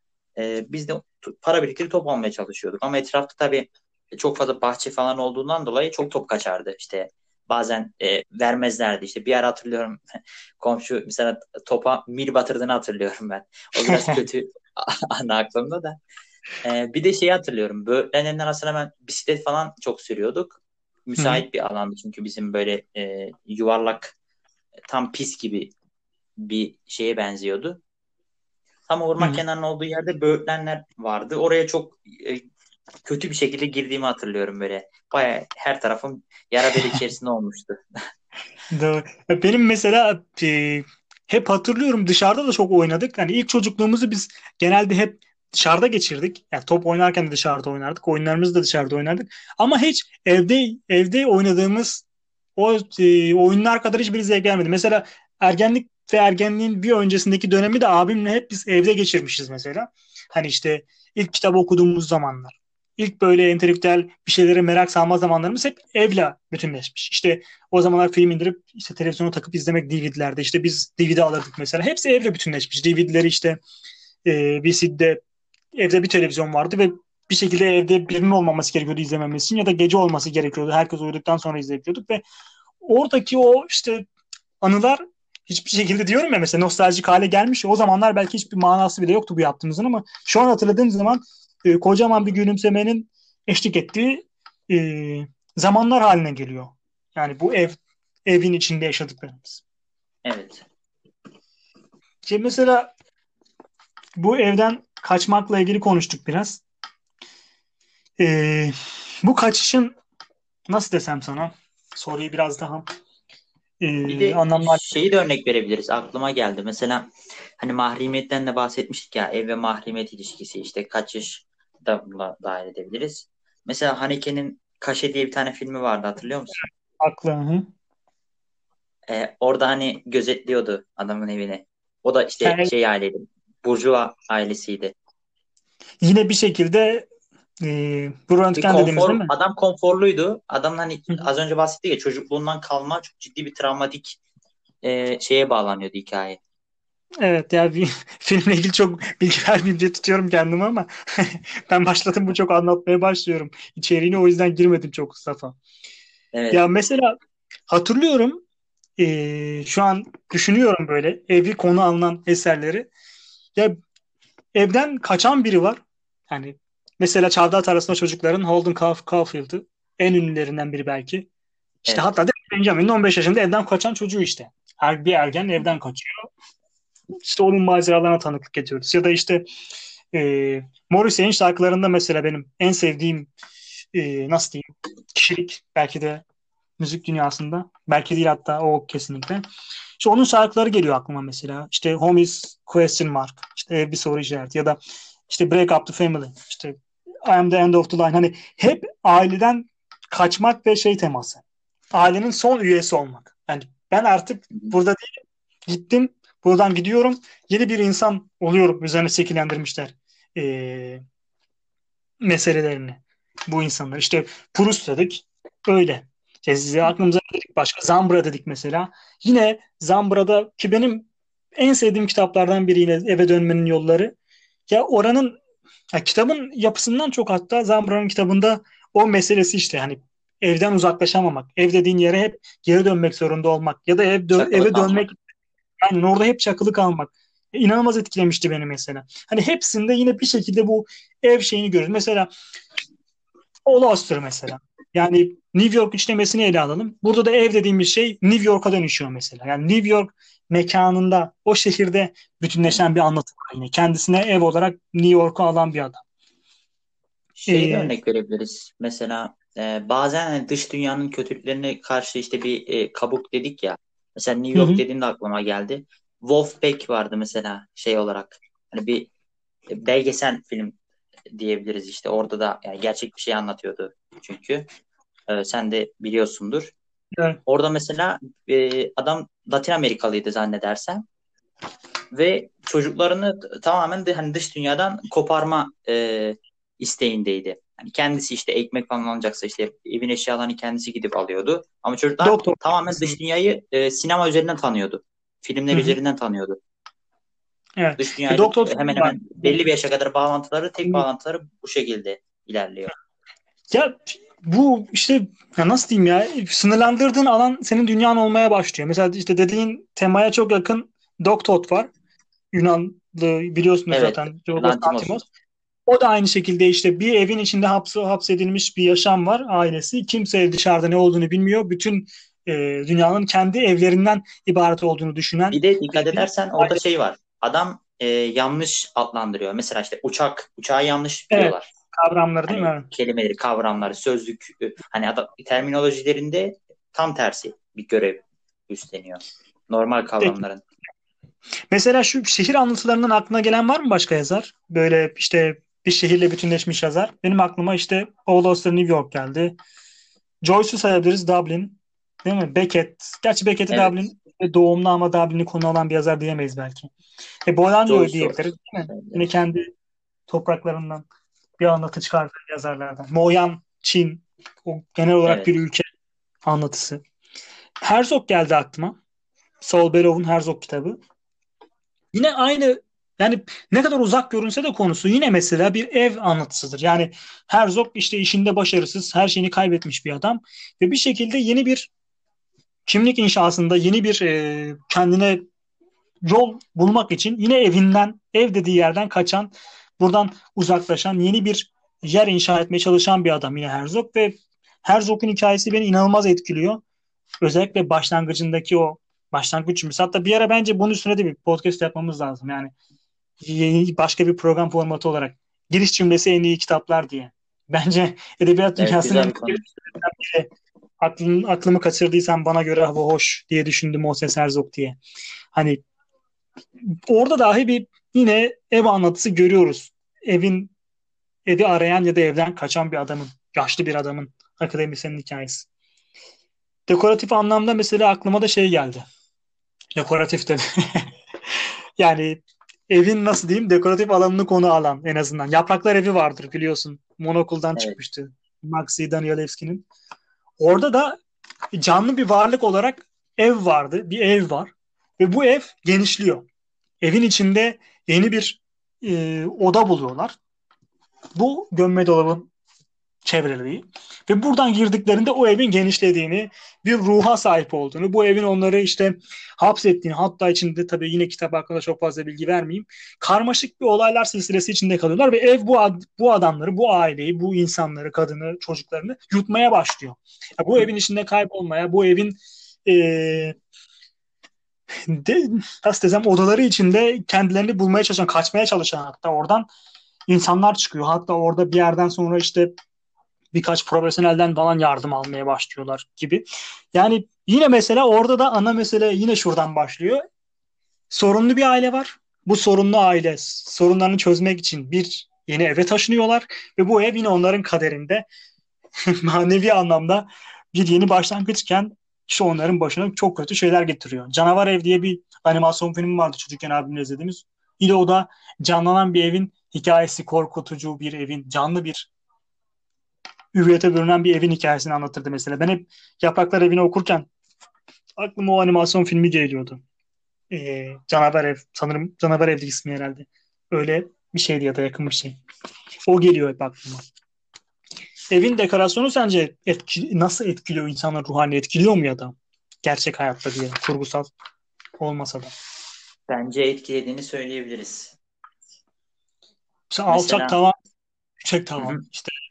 Biz de para biriktirip top almaya çalışıyorduk. Ama etrafta tabii çok fazla bahçe falan olduğundan dolayı çok top kaçardı. İşte bazen vermezlerdi. İşte bir ara hatırlıyorum komşu mesela topa mil batırdığını hatırlıyorum ben. O biraz kötü anı aklımda da. Bir de şeyi hatırlıyorum. Böğürtlenlerin arasına ben bisiklet falan çok sürüyorduk. Hı hı. Müsait bir alandı çünkü bizim böyle yuvarlak tam pis gibi bir şeye benziyordu. Tam Hı orman hı. kenarının olduğu yerde böğürtlenler vardı. Oraya çok kötü bir şekilde girdiğimi hatırlıyorum böyle. Baya her tarafım yara bere içerisinde olmuştu. Doğru. Benim mesela hep hatırlıyorum dışarıda da çok oynadık. Hani ilk çocukluğumuzu biz genelde hep dışarıda geçirdik. Yani top oynarken de dışarıda oynardık. Oyunlarımızı da dışarıda oynardık. Ama hiç evde oynadığımız o oyunlar kadar hiçbir zevk gelmedi. Mesela ergenlik ve ergenliğin bir öncesindeki dönemi de abimle hep biz evde geçirmişiz mesela. Hani işte ilk kitap okuduğumuz zamanlar. İlk böyle entelektüel bir şeylere merak salma zamanlarımız hep evle bütünleşmiş. İşte o zamanlar film indirip işte televizyona takıp izlemek DVD'lerde. İşte biz DVD alırdık mesela. Hepsi evle bütünleşmiş. DVD'leri işte VCD'de evde bir televizyon vardı ve bir şekilde evde birinin olmaması gerekiyordu izlememiz için ya da gece olması gerekiyordu. Herkes uyuduktan sonra izleyebiliyorduk ve oradaki o işte anılar hiçbir şekilde diyorum ya mesela nostaljik hale gelmiş. O zamanlar belki hiçbir manası bile yoktu bu yaptığımızın ama şu an hatırladığım zaman kocaman bir gülümsemenin eşlik ettiği e, zamanlar haline geliyor. Yani bu evin içinde yaşadıklarımız. Evet. Mesela bu evden kaçmakla ilgili konuştuk biraz. E, Bu kaçışın nasıl desem sana soruyu biraz daha Bir de anlamlı. şeyi de örnek verebiliriz. Aklıma geldi. Mesela hani mahremiyetten de bahsetmiştik ya ev ve mahremiyet ilişkisi işte kaçış da buna dahil edebiliriz. Mesela Haneke'nin Kaşe diye bir tane filmi vardı hatırlıyor musun? Haklı. Hı. Orada hani gözetliyordu adamın evini. O da işte Yani şey aileydi. Burjuva ailesiydi. yine bir şekilde bu Bir röntgen dediğimiz değil konfor, mi? adam konforluydu. Adam hani Hı hı. az önce bahsettik ya çocukluğundan kalma çok ciddi bir travmatik şeye bağlanıyordu hikaye. Evet ya bir filmle ilgili çok bilgi vermeyeyim diye tutuyorum kendimi ama ben başladım bu çok anlatmaya başlıyorum. İçeriğine o yüzden girmedim çok Mustafa. Evet. Ya mesela hatırlıyorum şu an düşünüyorum böyle evi konu alınan eserleri. Ya evden kaçan biri var. Yani mesela Çavdar arasında çocukların Holden Caulfield'ı en ünlülerinden biri belki. İşte Evet. hatta da Benjamin'in 15 yaşında evden kaçan çocuğu işte. Her bir ergen evden kaçıyor. İşte onun maceralarına tanıklık ediyoruz. Ya da işte Morrissey'in şarkılarında mesela benim en sevdiğim nasıl diyeyim kişilik belki de müzik dünyasında. Belki değil hatta o kesinlikle. İşte onun şarkıları geliyor aklıma mesela. İşte Home is question mark. İşte bir soru işareti ya da işte Break up the family. İşte I am the end of the line. Hani hep aileden kaçmak ve teması. Ailenin son üyesi olmak. Yani ben artık burada gittim. Buradan gidiyorum. Yeni bir insan oluyorum. Üzerine şekillendirmişler meselelerini. Bu insanlar. İşte Proust dedik. Öyle. İşte size aklımıza ne dedik başka. Zambra dedik mesela. Yine Zambra'da ki benim en sevdiğim kitaplardan biri yine Eve Dönmenin Yolları. Ya oranın kitabın yapısından çok hatta Zambra'nın kitabında o meselesi işte hani evden uzaklaşamamak. Ev dediğin yere hep geri dönmek zorunda olmak ya da Çakılı eve dönmek. kalmak. Aynen orada hep çakılı kalmak. İnanılmaz etkilemişti beni mesela. Hani hepsinde yine bir şekilde bu ev şeyini görüyoruz. Mesela Olastır mesela. Yani New York üçlemesini ele alalım. Burada da ev dediğimiz şey New York'a dönüşüyor mesela. Yani New York mekanında, o şehirde bütünleşen bir anlatım var yine. Kendisine ev olarak New York'u alan bir adam. Şey de Ee, örnek verebiliriz. Mesela bazen hani dış dünyanın kötülüklerine karşı işte bir kabuk dedik ya. Mesela New hı York hı. dediğinde aklıma geldi. Wolfpack vardı mesela şey olarak. Hani bir belgesel film diyebiliriz işte. Orada da yani gerçek bir şey anlatıyordu çünkü. Sen de biliyorsundur. Evet. Orada mesela adam Latin Amerikalıydı zannedersem ve çocuklarını tamamen de hani dış dünyadan koparma isteğindeydi. Yani kendisi işte ekmek falan alacaksa işte evin eşyalarını kendisi gidip alıyordu. Ama çocuklar Doktor. tamamen dış dünyayı sinema üzerinden tanıyordu. Hı Filmler hı. üzerinden tanıyordu. Evet. Dış dünyayla Doktor hemen Stone var. hemen belli bir yaşa kadar bağlantıları, tek bağlantıları bu şekilde ilerliyor. Ya bu işte, ya nasıl diyeyim ya, sınırlandırdığın alan senin dünyan olmaya başlıyor. Mesela işte dediğin temaya çok yakın Dock Tot var. Yunanlı, biliyorsunuz Evet, zaten, Yorgos Lantimos. Lanthimos. O da aynı şekilde işte bir evin içinde hapsedilmiş bir yaşam var, ailesi. Kimse dışarıda ne olduğunu bilmiyor. Bütün e, dünyanın kendi evlerinden ibaret olduğunu düşünen Bir de dikkat bir edersen orada aile. şey var. Adam yanlış adlandırıyor. Mesela işte uçağı yanlış Evet, biliyorlar. kavramları değil mi? Hani Evet. kelimeleri, kavramları, sözlük hani terminolojilerinde tam tersi bir görev üstleniyor. Normal Peki. kavramların. Mesela şu şehir anlatılarından aklına gelen var mı başka yazar? Böyle işte bir şehirle bütünleşmiş yazar. Benim aklıma işte Paul Auster New York geldi. Joyce'u sayabiliriz, Dublin. Değil mi? Beckett. Gerçi Beckett'i Evet. Dublin doğumlu ama Dublin'i konu alan bir yazar diyemeyiz belki. Bolanyo Joyce diyebiliriz değil mi? Yine sayabiliriz. kendi topraklarından bir anlatı çıkartan yazarlardan. Moyan, Çin. O genel olarak bir Evet. ülke anlatısı. Herzog geldi aklıma. Saul Below'un Herzog kitabı. Yine aynı, yani ne kadar uzak görünse de konusu yine mesela bir ev anlatısıdır. Yani Herzog işte işinde başarısız, her şeyini kaybetmiş bir adam ve bir şekilde yeni bir kimlik inşasında, yeni bir kendine yol bulmak için yine evinden, ev dediği yerden kaçan, buradan uzaklaşan, yeni bir yer inşa etmeye çalışan bir adam yine Herzog ve Herzog'un hikayesi beni inanılmaz etkiliyor. Özellikle başlangıcındaki o başlangıç cümlesi. Hatta bir ara bence bunun üstüne de bir podcast yapmamız lazım. Yani başka bir program formatı olarak. Giriş cümlesi en iyi kitaplar diye. Bence edebiyat Evet, dünyasının güzel en bir konu. iyi, aklımı kaçırdıysam bana göre hava hoş diye düşündüm Moses Herzog diye. Hani orada dahi bir yine ev anlatısı görüyoruz. Evi arayan ya da evden kaçan bir adamın, yaşlı bir adamın, akademisyenin hikayesi. Dekoratif anlamda mesela aklıma da şey geldi. Dekoratif de yani evin nasıl diyeyim, dekoratif alanını konu alan, en azından. Yapraklar Evi vardır biliyorsun. Monokul'dan Evet. çıkmıştı. Maxi Danielewski'nin. Orada da canlı bir varlık olarak ev vardı. Bir ev var. Ve bu ev genişliyor. Evin içinde yeni bir oda buluyorlar. Bu gömme dolabın çevrelediği. Ve buradan girdiklerinde o evin genişlediğini, bir ruha sahip olduğunu, bu evin onları işte hapsettiğini, hatta içinde tabii yine kitap hakkında çok fazla bilgi vermeyeyim. Karmaşık bir olaylar silsilesi içinde kalıyorlar ve ev bu adamları, bu aileyi, bu insanları, kadını, çocuklarını yutmaya başlıyor. Ya bu evin içinde kaybolmaya, bu evin e, de, nasıl desem, odaları içinde kendilerini bulmaya çalışan, kaçmaya çalışan hatta oradan insanlar çıkıyor. Hatta orada bir yerden sonra işte birkaç profesyonelden falan yardım almaya başlıyorlar gibi. Yani yine mesela orada da ana mesele yine şuradan başlıyor. Sorunlu bir aile var. Bu sorunlu aile sorunlarını çözmek için bir yeni eve taşınıyorlar ve bu ev yine onların kaderinde manevi anlamda bir yeni başlangıçken şu onların başına çok kötü şeyler getiriyor. Canavar Ev diye bir animasyon filmi vardı çocukken abimle izlediğimiz. Yine o da canlanan bir evin hikayesi, korkutucu bir evin, canlı bir üveyete bürünen bir evin hikayesini anlatırdı mesela. Ben hep Yapraklar Evi'ni okurken aklıma o animasyon filmi geliyordu. Canavar Ev. Sanırım Canavar Ev'di ismi herhalde. Öyle bir şeydi ya da yakın bir şey. O geliyor hep aklıma. Evin dekorasyonu sence nasıl etkiliyor, insanların ruhani etkiliyor mu ya da gerçek hayatta diye, kurgusal olmasa da. Bence etkilediğini söyleyebiliriz. İşte alçak Mesela tavan, yüksek hı hı, tavan, işte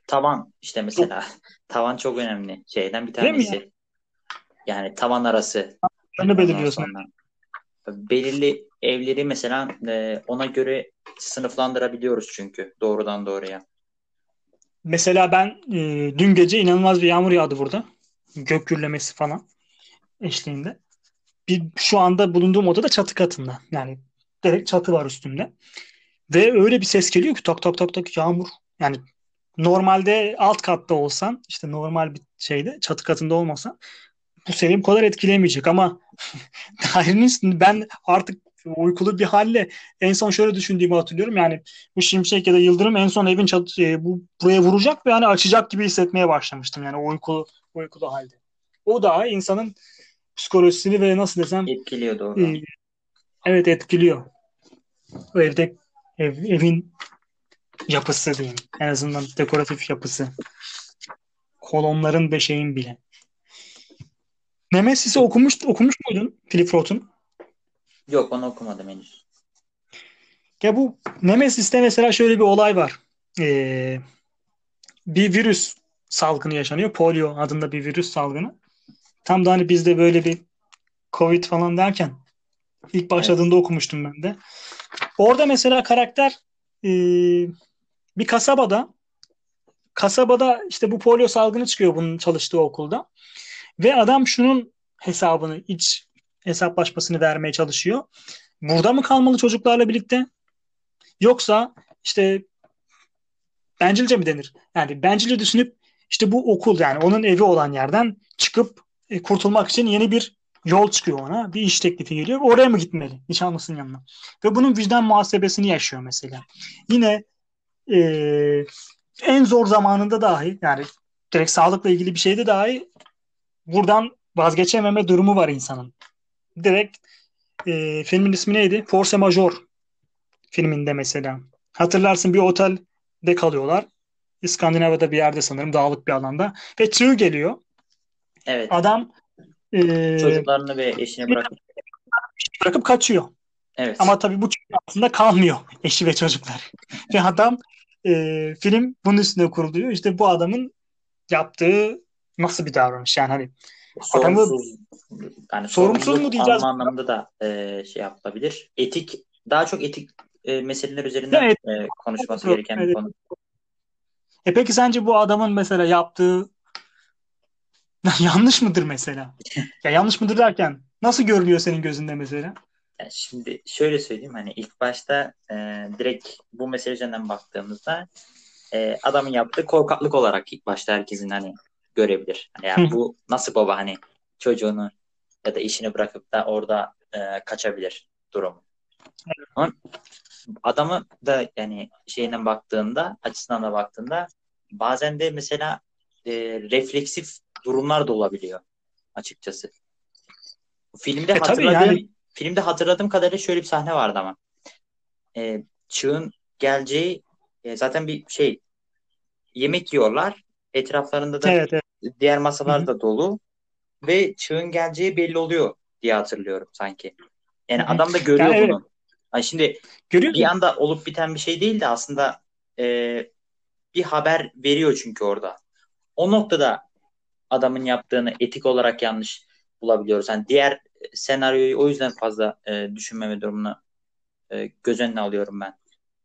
tavan işte Çok, mesela. Tavan çok önemli şeyden bir değil mi ya? tanesi. Yani tavan arası Sen ondan belirliyorsun. sonra. Belirli evleri mesela ona göre sınıflandırabiliyoruz çünkü doğrudan doğruya. Mesela ben dün gece inanılmaz bir yağmur yağdı burada. Gök gürlemesi falan eşliğinde. Şu anda bulunduğum odada çatı katında. Yani direkt çatı var üstümde. Ve öyle bir ses geliyor ki tak tak tak tak yağmur. Yani normalde alt katta olsan işte normal bir şeyde çatı katında olmasan bu seni bu kadar etkilemeyecek ama dairenin üstünde ben artık uykulu bir halle en son şöyle düşündüğümü hatırlıyorum. Yani bu şimşek ya da yıldırım en son evin bu buraya vuracak ve hani açacak gibi hissetmeye başlamıştım. Yani uykulu halde. O da insanın psikolojisini ve nasıl desem Etkiliyor e, doğru. evet etkiliyor. O evin yapısı diyeyim. En azından dekoratif yapısı. Kolonların ve şeyin bile. Nemesis'i okumuş muydun Philip Roth'un? Yok onu okumadım henüz. Ya bu Nemesis'te mesela şöyle bir olay var. Ee, Bir virüs salgını yaşanıyor. Polio adında bir virüs salgını. Tam da hani bizde böyle bir Covid falan derken ilk Evet. başladığında okumuştum ben de. Orada mesela karakter e, bir kasabada işte bu polio salgını çıkıyor bunun çalıştığı okulda. Ve adam şunun iç hesaplaşmasını vermeye çalışıyor. Burada mı kalmalı çocuklarla birlikte? Yoksa işte bencilce mi denir? Yani bencilce düşünüp işte bu okul yani onun evi olan yerden çıkıp kurtulmak için yeni bir yol çıkıyor ona. Bir iş teklifi geliyor. Oraya mı gitmeli? Nişanlısının yanına. Ve bunun vicdan muhasebesini yaşıyor mesela. Yine e, en zor zamanında dahi yani direkt sağlıkla ilgili bir şeyde dahi buradan vazgeçememe durumu var insanın. Direkt filmin ismi neydi? Force Majeure filminde mesela. Hatırlarsın bir otelde kalıyorlar. İskandinavya'da bir yerde sanırım dağlık bir alanda. Ve çığ geliyor. Evet. Adam e, Çocuklarını ve eşini bırakıp bırakıp kaçıyor. evet. Ama tabii bu çığın altında kalmıyor eşi ve çocuklar. Ve adam film bunun üstüne kuruluyor. İşte bu adamın yaptığı nasıl bir davranış yani hani adamı Sorumsuz yani sorumsuz sorumluluk mu diyeceğiz? alma anlamında da şey yapılabilir. Etik daha çok etik meseleler üzerinden Evet. konuşması gereken bir konu. Peki sence bu adamın mesela yaptığı yanlış mıdır mesela? Ya yanlış mıdır derken nasıl görünüyor senin gözünde mesela? Yani şimdi şöyle söyleyeyim hani ilk başta direkt bu mesele üzerinden baktığımızda adamın yaptığı korkaklık olarak ilk başta herkesin hani görebilir. Hani ya bu nasıl baba hani çocuğunu ya da işini bırakıp da orada kaçabilir durumu. Ama adamı da yani şeyinden baktığında açısından da baktığında bazen de mesela refleksif durumlar da olabiliyor açıkçası. Filmde Tabii yani hatırladığım kadarıyla şöyle bir sahne vardı ama Çığın geleceği zaten bir şey yemek yiyorlar. Etraflarında da evet, evet. diğer Hı masalar hı, da dolu ve çığın geleceği belli oluyor diye hatırlıyorum sanki. hı Yani hı. adam da Yani görüyor evet bunu. Hani şimdi bir görüyorsun. anda olup biten bir şey değil de aslında bir haber veriyor çünkü orada. O noktada adamın yaptığını etik olarak yanlış bulabiliyoruz. Yani diğer senaryoyu o yüzden fazla düşünmeme durumunu göz önüne alıyorum ben.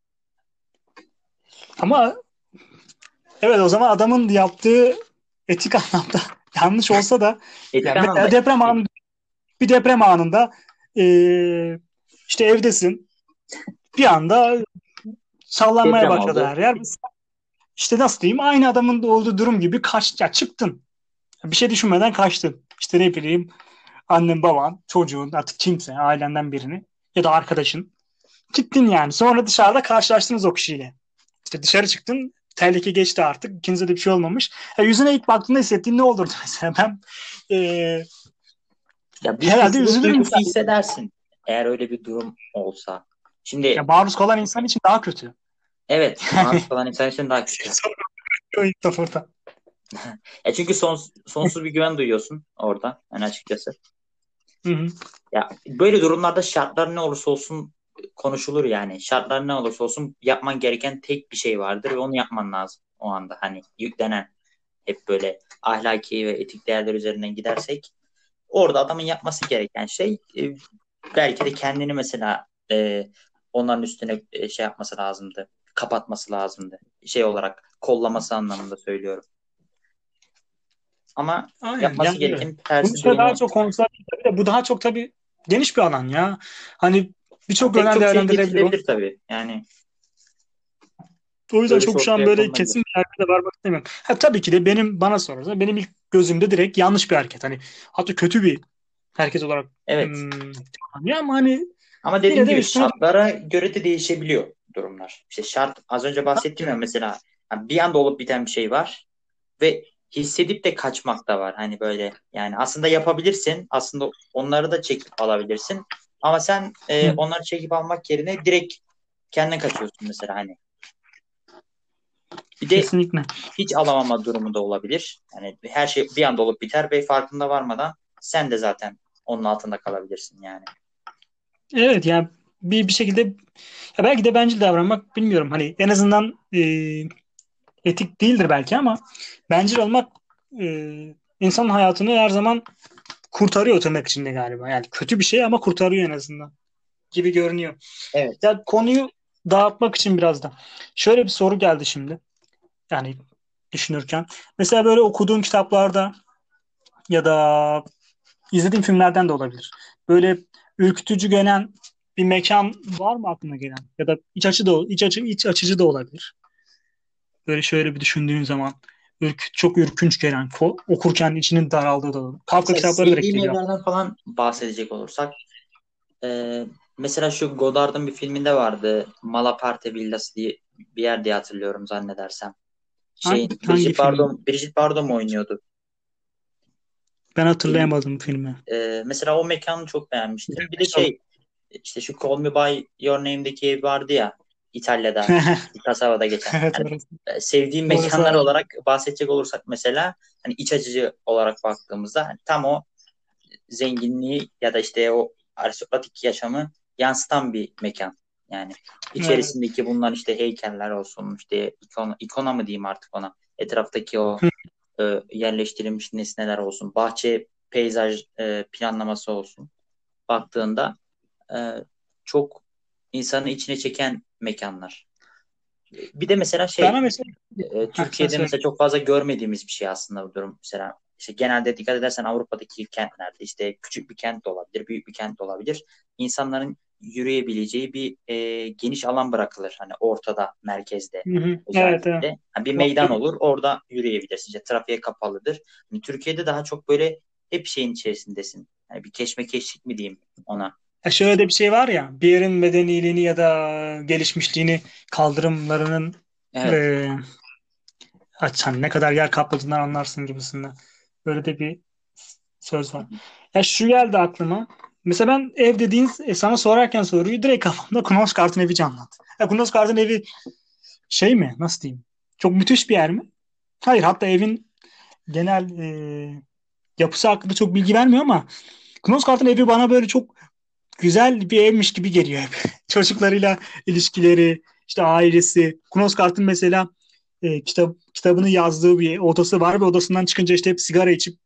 Ama evet o zaman adamın yaptığı etik anlamda yanlış olsa da Etik yani anlamda mesela bir deprem anında e, işte evdesin bir anda sallanmaya deprem başladı oldu. her yer. İşte nasıl diyeyim aynı adamın da olduğu durum gibi ya çıktın. Bir şey düşünmeden kaçtın. İşte ne bileyim annen baban çocuğun artık kimse ailenden birini ya da arkadaşın. Gittin yani. Sonra dışarıda karşılaştınız o kişiyle. İşte dışarı çıktın. Tehlike geçti artık. İkinize de bir şey olmamış. Yüzüne ilk baktığında hissettiğin ne olurdu mesela? Ben e, Ya bir herhalde suçluluk üzülürüm. duygusu hissedersin eğer öyle bir durum olsa. Ya Şimdi maruz kalan insan için daha kötü. evet maruz kalan insan için daha kötü. Sorun yok orada. Çünkü sonsuz bir güven duyuyorsun orada hani açıkçası. Hı hı. Ya böyle durumlarda şartlar ne olursa olsun konuşulur yani. Şartlar ne olursa olsun yapman gereken tek bir şey vardır ve onu yapman lazım. o anda hani yüklenen, hep böyle ahlaki ve etik değerler üzerinden gidersek, orada adamın yapması gereken şey belki de kendini mesela onların üstüne şey yapması lazımdı. Kapatması lazımdı. Şey olarak kollaması anlamında söylüyorum. Ama Aynen yapması yani öyle. gereken Bunun tersi üstüne daha durumu. çok konuşsak tabii de bu daha çok tabii geniş bir alan ya. Hani Yani birçok pek yönden çok şey değerlendirilebilir. getirilebilir tabii. Yani O yüzden görüş çok şu an ortaya böyle konulabilir. kesin bir yerde varmak istemiyorum. Ha, tabii ki de bana sorarsa benim ilk gözümde direkt yanlış bir hareket. Hani hatta kötü bir hareket olarak Evet. canlanıyor ama hani Ama yine dediğim de gibi üstüne şartlara göre de değişebiliyor durumlar. İşte şart, az önce bahsettim ya mesela, hani bir anda olup biten bir şey var ve hissedip de kaçmak da var. Hani böyle yani aslında yapabilirsin. Aslında onları da çekip alabilirsin. Ama sen Hı, onları çekip almak yerine direkt kendin kaçıyorsun mesela hani. Bir de kesinlikle. hiç alamama durumu da olabilir. Yani her şey bir anda olup biter ve farkında varmadan sen de zaten onun altında kalabilirsin yani. Evet yani bir şekilde ya belki de bencil davranmak bilmiyorum. Hani en azından etik değildir belki ama bencil olmak insanın hayatını her zaman kurtarıyor tırnak içinde galiba. Yani kötü bir şey ama kurtarıyor en azından gibi görünüyor. Evet. Ya konuyu dağıtmak için biraz da. Şöyle bir soru geldi şimdi. Yani düşünürken. Mesela böyle okuduğun kitaplarda ya da izlediğin filmlerden de olabilir. Böyle ürkütücü gelen bir mekan var mı aklına gelen? Ya da iç açıcı da olabilir. Böyle şöyle bir düşündüğün zaman çok ürkünç gelen, okurken içinin daraldığı da olur. Kafka Mesela kitapları direkt sevdiğim geliyor. evlerden falan bahsedecek olursak, mesela şu Godard'ın bir filminde vardı. Malaparte Villası diye bir yer diye hatırlıyorum zannedersem. Şey, Hangi film? Brigitte Bardot mu oynuyordu? Ben hatırlayamadım filmi. Mesela o mekanı çok beğenmiştim. Bir de İzlemiş olayım. şey, işte şu Call Me By Your Name'deki ev vardı ya, İtalya'da bir kasabada geçen. Evet Yani orası. sevdiğim Orası mekanlar ayrı. olarak bahsedecek olursak mesela, hani iç açıcı olarak baktığımızda hani tam o zenginliği ya da işte o aristokratik yaşamı yansıtan bir mekan. Yani Evet. içerisindeki bunlar işte heykeller olsun, işte ikona mı diyeyim artık ona. Etraftaki o yerleştirilmiş nesneler olsun, bahçe, peyzaj planlaması olsun. Baktığında e, çok insanı içine çeken mekanlar. Bir de mesela Bana şey, mesela sen Türkiye'de söyle. mesela çok fazla görmediğimiz bir şey aslında bu durum. Mesela işte genelde dikkat edersen Avrupa'daki kentlerde, işte küçük bir kent de olabilir, büyük bir kent de olabilir. İnsanların yürüyebileceği bir geniş alan bırakılır. Hani ortada, merkezde Hı hı. Evet, evet. özellikle. Hani bir meydan Doğru. olur, orada yürüyebilirsin. İşte trafiğe kapalıdır. Hani Türkiye'de daha çok böyle hep şeyin içerisindesin. Yani bir keşmekeşlik mi diyeyim ona. Ya şöyle de bir şey var ya, bir yerin medeniliğini ya da gelişmişliğini kaldırımlarının Evet. e, hani ne kadar yer kapladığından anlarsın gibisinden. Böyle de bir söz Hı var. hı. Ya şu geldi aklıma. Mesela ben ev dediğin sana sorarken soruyu direkt kafamda Knoskart'ın evi canlandı. Ya Knoskart'ın evi şey mi? Nasıl diyeyim? Çok müthiş bir yer mi? Hayır, hatta evin genel yapısı hakkında çok bilgi vermiyor ama Knoskart'ın evi bana böyle çok güzel bir evmiş gibi geliyor hep. Çocuklarıyla ilişkileri, işte ailesi. Knoskart'ın mesela kitabını yazdığı bir odası var ve odasından çıkınca işte hep sigara içip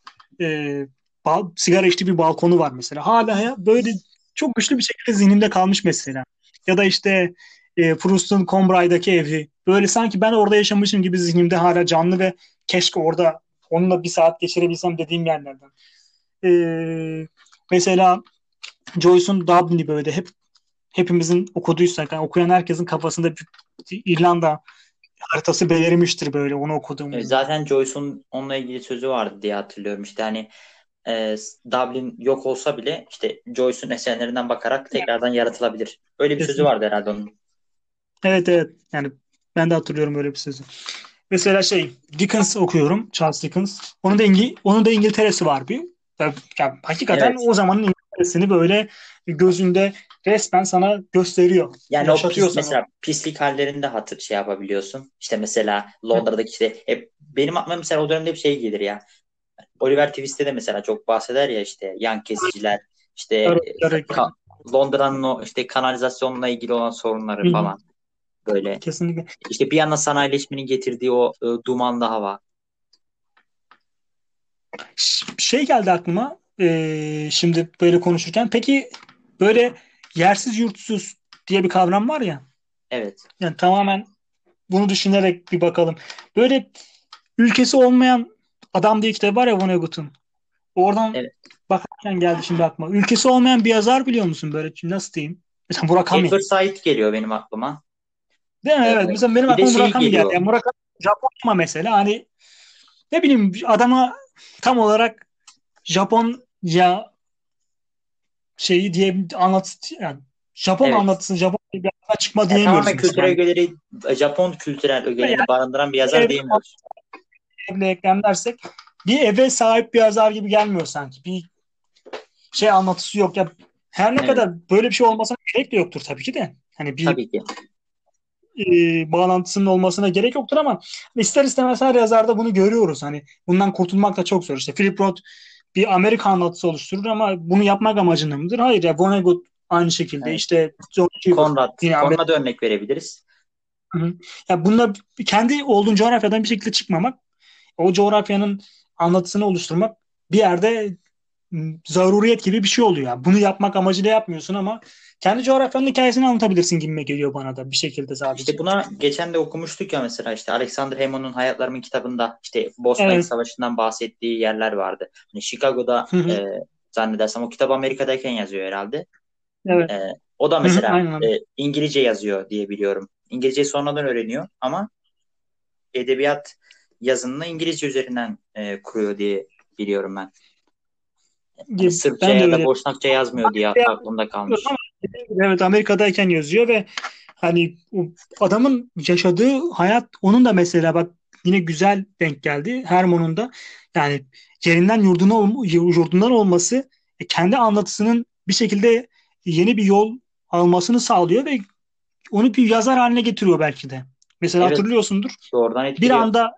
sigara içtiği bir balkonu var mesela. Hala ya böyle çok güçlü bir şekilde zihnimde kalmış mesela. Ya da işte Proust'un Combray'daki evi. Böyle sanki ben orada yaşamışım gibi zihnimde hala canlı ve keşke orada onunla bir saat geçirebilsem dediğim yerlerden. E, Mesela Joyce'un Dublin'i böyle hepimizin okuduysak, yani okuyan herkesin kafasında bir İrlanda haritası belirmiştir böyle onu okuduğumuzda. Zaten Joyce'un onunla ilgili sözü vardı diye hatırlıyorum. İşte hani Dublin yok olsa bile işte Joyce'un eserlerinden bakarak tekrardan yaratılabilir. Öyle bir sözü Kesin. vardı herhalde onun. Evet, evet. Yani ben de hatırlıyorum böyle bir sözü. Mesela Dickens okuyorum. Charles Dickens. Onun da İngiltere'si var bir. Yani hakikaten Evet. o zamanın İngiltere'sini böyle gözünde resmen sana gösteriyor. Yani o Yaşatıyor sana. mesela pislik hallerinde şey yapabiliyorsun. İşte mesela Londra'daki işte hep benim aklıma mesela o dönemde bir şey gelir ya. Oliver Twist'te de mesela çok bahseder ya, işte yan kesiciler, işte Hı Londra'nın o işte kanalizasyonla ilgili olan sorunları hı. falan. Böyle Kesinlikle. işte bir yana sanayileşmenin getirdiği o dumanlı hava. Şey geldi aklıma şimdi böyle konuşurken. Peki böyle yersiz yurtsuz diye bir kavram var ya. Evet. Yani tamamen bunu düşünerek bir bakalım. Böyle ülkesi olmayan adam diye kitap var ya Vonnegut'un. Oradan Evet. bakarken geldi şimdi aklıma. Ülkesi olmayan bir yazar biliyor musun böyle? Nasıl diyeyim? Mesela Murakami. Edward Said geliyor benim aklıma. Değil mi? E, Evet. Mesela benim bir de aklıma şey Murakami geldi. geliyor. Yani Murakami Japon ama mesela hani ne bileyim adama tam olarak Japonca şeyi diye yani Japon Evet. anlatısın Japon bir çıkma Ya, diyemiyoruz tamamen mesela. kültürel Yani, ögeleri, Japon kültürel ögelerini barındıran bir yazar yani diyemiyoruz. evle eklemlersek bir eve sahip bir yazar gibi gelmiyor sanki. Bir şey anlatısı yok ya. Her ne Evet. kadar böyle bir şey olmasına gerek de yoktur tabii ki de. Hani bir Tabii ki. bağlantısının olmasına gerek yoktur ama ister istemez her yazarda bunu görüyoruz. Hani bundan kurtulmak da çok zor. İşte Philip Roth bir Amerika anlatısı oluşturur ama bunu yapmak amacında mıdır? Hayır ya Vonnegut aynı şekilde Evet. işte John Cheever Konrad. yine Amerika. Konrad'a örnek verebiliriz. Hı hı. Ya bunlar kendi olduğun coğrafyadan bir şekilde çıkmamak, o coğrafyanın anlatısını oluşturmak bir yerde zaruriyet gibi bir şey oluyor. Yani bunu yapmak amacıyla yapmıyorsun ama kendi coğrafyanın hikayesini anlatabilirsin gibime geliyor bana da bir şekilde İşte sadece. buna geçen de okumuştuk ya, mesela işte Alexander Hamon'un Hayatlarımın kitabında işte Bosna Evet. Savaşı'ndan bahsettiği yerler vardı. Hani Chicago'da Hı hı. zannedersem o kitabı Amerika'dayken yazıyor herhalde. Evet. E, O da Hı hı. mesela Aynen. İngilizce yazıyor diye biliyorum. İngilizceyi sonradan öğreniyor ama edebiyat yazınını İngilizce üzerinden kuruyor diye biliyorum ben. Hani Sırpça Ben de ya da öyle. Boşnakça yazmıyor diye aklımda kalmış. Ama evet Amerika'dayken yazıyor ve hani o adamın yaşadığı hayat onun da mesela bak yine güzel denk geldi Hermon'un da yani yerinden yurdundan olması kendi anlatısının bir şekilde yeni bir yol almasını sağlıyor ve onu bir yazar haline getiriyor belki de. Mesela Evet, hatırlıyorsundur. doğrudan Bir etkiliyor. anda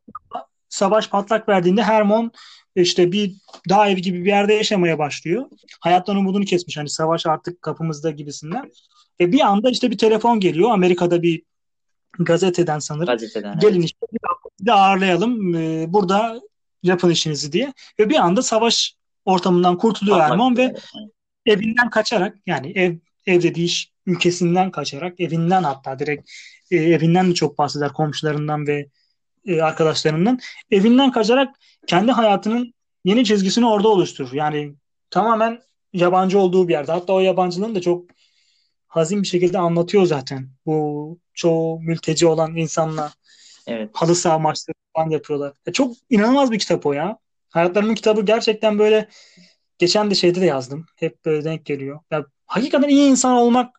savaş patlak verdiğinde Hermon işte bir dağ evi gibi bir yerde yaşamaya başlıyor. Hayattan umudunu kesmiş. Hani savaş artık kapımızda gibisinden. Bir anda işte bir telefon geliyor. Amerika'da bir gazeteden sanırım. Gazeteden, Gelin evet. işte bir de ağırlayalım. Burada yapın işinizi diye. Ve bir anda savaş ortamından kurtuluyor Patlak Erman ve veriyor. evinden kaçarak yani ev dediği iş ülkesinden kaçarak evinden hatta direkt evinden de çok bahseder komşularından ve arkadaşlarından evinden kaçarak kendi hayatının yeni çizgisini orada oluşturur. Yani tamamen yabancı olduğu bir yerde. Hatta o yabancılığını da çok hazin bir şekilde anlatıyor zaten. Bu çoğu mülteci olan insanla Evet. halı saha maçları falan yapıyorlar. Çok inanılmaz bir kitap o ya. Hayatlarımın kitabı gerçekten böyle geçen de şeyde de yazdım. Hep böyle denk geliyor. Ya, hakikaten iyi insan olmak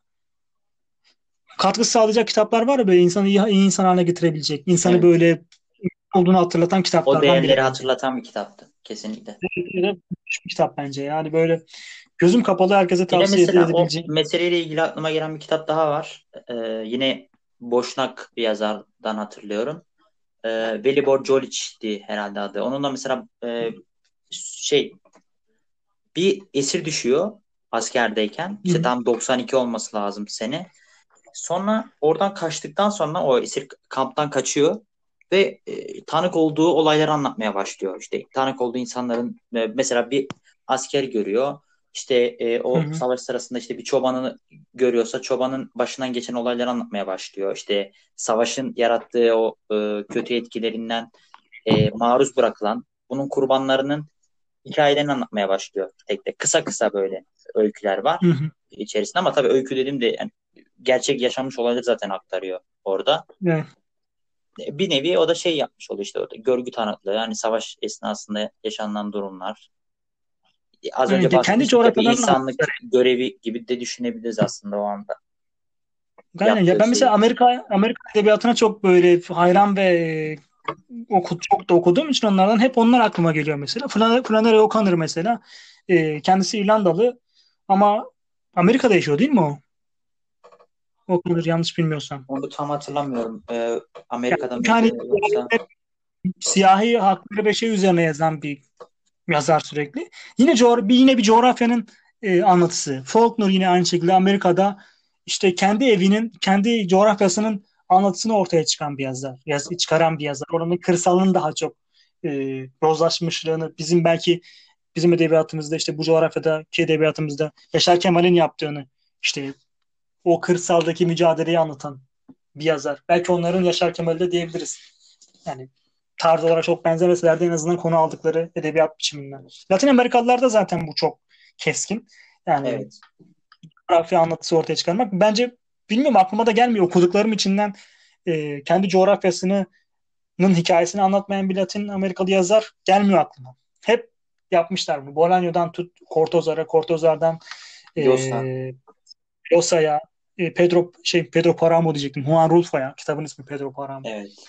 katkı sağlayacak kitaplar var ya böyle insanı iyi insan haline getirebilecek. İnsanı Evet. böyle olduğunu hatırlatan O kitaplardan biri değerleri bence. hatırlatan bir kitaptı. Kesinlikle. Bir kitap bence. Yani böyle gözüm kapalı herkese Yine tavsiye mesela o edebileceğim. meseleyle ilgili aklıma gelen bir kitap daha var. Yine Boşnak bir yazardan hatırlıyorum. Velibor Đolić'ti herhalde adı. Onun da mesela şey, bir esir düşüyor askerdeyken. Hı İşte tam 92 olması lazım sene. Sonra oradan kaçtıktan sonra o esir kamptan kaçıyor ve tanık olduğu olayları anlatmaya başlıyor. İşte tanık olduğu insanların mesela bir asker görüyor. İşte o hı. savaş sırasında işte bir çobanı görüyorsa çobanın başından geçen olayları anlatmaya başlıyor. İşte savaşın yarattığı o kötü etkilerinden maruz bırakılan, bunun kurbanlarının hikayelerini anlatmaya başlıyor tek tek. Kısa kısa böyle öyküler Hı var hı. içerisinde ama tabii öykü dediğim de yani gerçek yaşanmış olayları zaten aktarıyor orada. Evet. Bir nevi o da şey yapmış oluyor, işte orada görgü tanıklığı, yani savaş esnasında yaşanılan durumlar. Az önce Yani kendi bahsetmiştik ya, bir coğrafyalarını insanlık anlatıyor. görevi gibi de düşünebiliriz aslında o anda Aynen. Ya yaptığı ben mesela şeyi. Amerika edebiyatına çok böyle hayran ve çok da okuduğum için onlardan hep onlar aklıma geliyor mesela. Flannery O'Connor mesela. Kendisi İrlandalı ama Amerika'da yaşıyor değil mi o? O'Connor yanlış bilmiyorsam. Onu tam hatırlamıyorum. Amerika'da Yani, mıydı hani yoksa? siyahi hakları ve şey üzerine yazan bir yazar sürekli. Yine bir coğrafyanın anlatısı. Faulkner yine aynı şekilde Amerika'da işte kendi evinin, kendi coğrafyasının anlatısını ortaya çıkan bir yazar. Çıkaran bir yazar. Oranın kırsalının daha çok e, yozlaşmışlığını, bizim edebiyatımızda, işte bu coğrafyadaki edebiyatımızda Yaşar Kemal'in yaptığını, işte o kırsaldaki mücadeleyi anlatan bir yazar. Belki onların Yaşar Kemal'de diyebiliriz. Yani tarz olarak çok benzemeseler de en azından konu aldıkları edebiyat biçiminden. Latin Amerikalılarda zaten bu çok keskin. Yani Evet. coğrafya anlatısı ortaya çıkarmak. Bence bilmiyorum, aklıma da gelmiyor. Okuduklarım içinden kendi coğrafyasının hikayesini anlatmayan bir Latin Amerikalı yazar gelmiyor aklıma. Hep yapmışlar bunu. Bolaño'dan tut Cortázar'a, Cortázar'dan Yosa. e, Losa'ya, Pedro Páramo diyecektim. Juan Rulfo'ya. Kitabın ismi Pedro Páramo. Evet.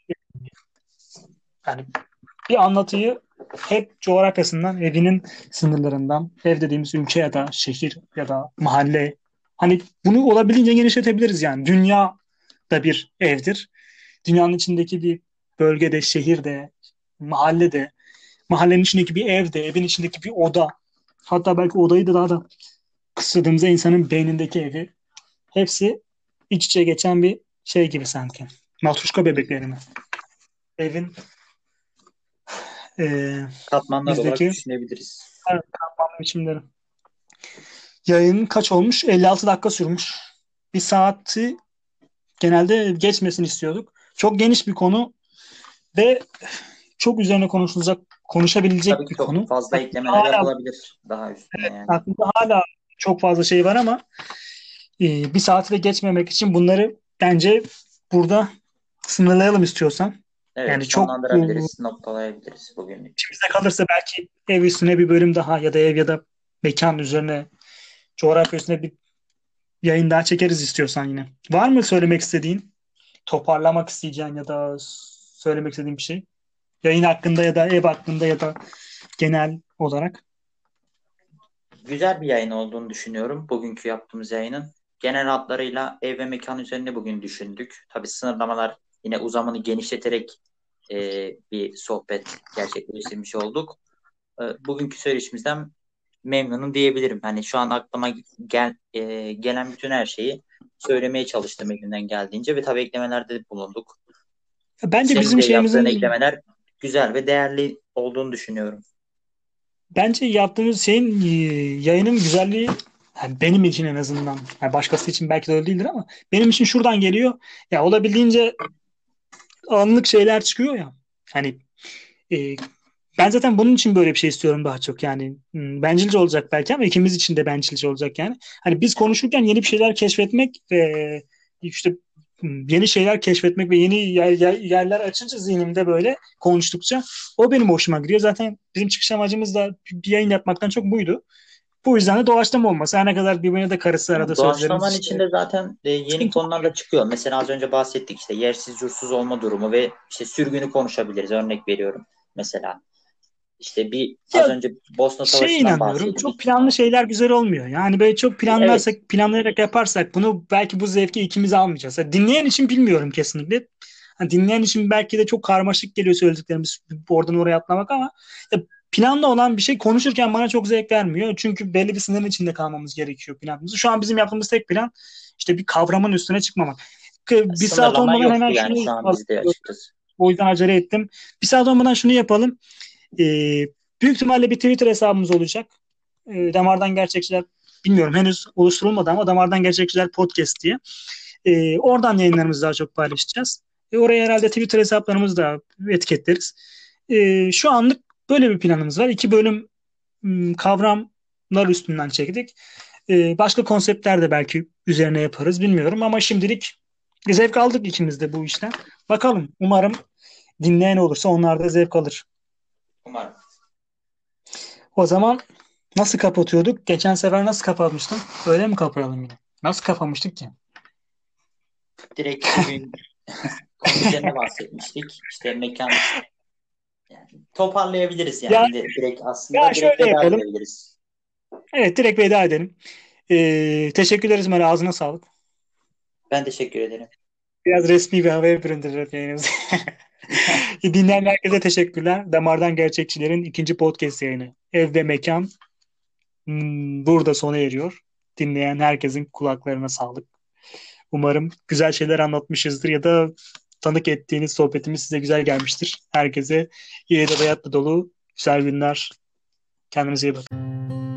Yani bir anlatıyı hep coğrafyasından, evinin sınırlarından, ev dediğimiz ülke ya da şehir ya da mahalle. Hani bunu olabildiğince genişletebiliriz yani. Dünya da bir evdir. Dünyanın içindeki bir bölgede, şehirde, mahallede, mahallenin içindeki bir evde, evin içindeki bir oda. Hatta belki odayı da daha da kısıtladığımızda insanın beynindeki evi. Hepsi iç içe geçen bir şey gibi sanki. Matruşka bebekleri mi? Evin e, Katmanlar olarak bizdeki düşünebiliriz. biçimleri. Yayın kaç olmuş? 56 dakika sürmüş. Bir saati genelde geçmesini istiyorduk. Çok geniş bir konu ve çok üzerine Tabii konuşabilecek ki bir çok konu. fazla Aklımda eklemeler hala, yapılabilir daha üstüne yani. aklımda hala çok fazla şey var ama bir saati de geçmemek için bunları bence burada sınırlayalım istiyorsan. Evet, Yani çok sonlandırabiliriz, noktalayabiliriz bugünlük. içimize kalırsa belki ev üstüne bir bölüm daha ya da ev ya da mekan üzerine, coğrafya üstüne bir yayın daha çekeriz istiyorsan yine. Var mı söylemek istediğin, toparlamak isteyeceğin ya da söylemek istediğin bir şey? Yayın hakkında ya da ev hakkında ya da genel olarak. Güzel bir yayın olduğunu düşünüyorum bugünkü yaptığımız yayının. Genel hatlarıyla ev ve mekan üzerine bugün düşündük. Tabii sınırlamalar yine uzamını genişleterek bir sohbet gerçekleştirmiş olduk. Bugünkü söyleşimizden memnunum diyebilirim. Hani şu an aklıma gelen bütün her şeyi söylemeye çalıştım elimden geldiğince ve tabii eklemelerde bulunduk. Bence Senin de bizim yaptığın şeyimizin eklemeler güzel ve değerli olduğunu düşünüyorum. Bence yaptığımız şeyin yayının güzelliği, yani benim için en azından, yani başkası için belki de öyle değildir ama benim için şuradan geliyor. Ya olabildiğince anlık şeyler çıkıyor ya. Hani e, ben zaten bunun için böyle bir şey istiyorum daha çok. Yani bencilce olacak belki ama ikimiz için de bencilce olacak yani. Hani biz konuşurken yeni bir şeyler keşfetmek ve işte yeni şeyler keşfetmek ve yeni yerler açınca zihnimde böyle konuştukça o benim hoşuma gidiyor. Zaten bizim çıkış amacımız da bir yayın yapmaktan çok buydu. Bu yüzden de doğaçlama olması. Her ne kadar birbirine de karısı arada sözlerimiz Doğaçlamanın işte içinde zaten yeni sıkıntı konular olmuyor. da çıkıyor. Mesela az önce bahsettik işte yersiz yursuz olma durumu ve işte sürgünü konuşabiliriz. Örnek veriyorum mesela. İşte bir az Ya önce Bosna şey Savaşı'ndan inanıyorum. Çok bahsettik. planlı şeyler güzel olmuyor. Yani böyle çok Evet, planlayarak yaparsak bunu belki bu zevki ikimiz almayacağız. Yani dinleyen için bilmiyorum kesinlikle. Hani dinleyen için belki de çok karmaşık geliyor söylediklerimiz oradan oraya atlamak ama planlı olan bir şey konuşurken bana çok zevk vermiyor. Çünkü belli bir sınırın içinde kalmamız gerekiyor planımızı. Şu an bizim yaptığımız tek plan işte bir kavramın üstüne çıkmamak. Bir saat sınırlama olmadan yoktu hemen yani şunu şu an yapalım. bizde açıkçası. O yüzden acele ettim. Bir saat olmadan şunu yapalım. Ee, Büyük ihtimalle bir Twitter hesabımız olacak. Damardan Gerçekçiler, bilmiyorum henüz oluşturulmadı ama Damardan Gerçekçiler Podcast diye. Oradan yayınlarımızı daha çok paylaşacağız. Oraya herhalde Twitter hesaplarımızı da etiketleriz. Şu anlık böyle bir planımız var. İki bölüm kavramlar üstünden çektik. Başka konseptler de belki üzerine yaparız bilmiyorum ama şimdilik zevk aldık ikimiz de bu işten. Bakalım, umarım dinleyen olursa onlar da zevk alır. Umarım. O zaman nasıl kapatıyorduk? Geçen sefer nasıl kapatmıştım? Öyle mi kapayalım yine? Nasıl kapamıştık ki? Direkt bugün konu üzerine bahsetmiştik. İşte mekan yani toparlayabiliriz Ya, yani direkt aslında direkt şöyle veda yapalım. edebiliriz. Evet, direkt veda edelim. Teşekkür ederiz Mara. Ağzına sağlık. Ben teşekkür ederim. Biraz resmi bir havaya büründürerek yayınımızı. Dinleyen herkese teşekkürler. Damardan Gerçekçilerin ikinci podcast yayını. Ev ve mekan burada sona eriyor. dinleyen herkesin kulaklarına sağlık. Umarım güzel şeyler anlatmışızdır ya da tanık ettiğiniz sohbetimiz size güzel gelmiştir. Herkese iyi edebiyatla dolu güzel günler. Kendinize iyi bakın.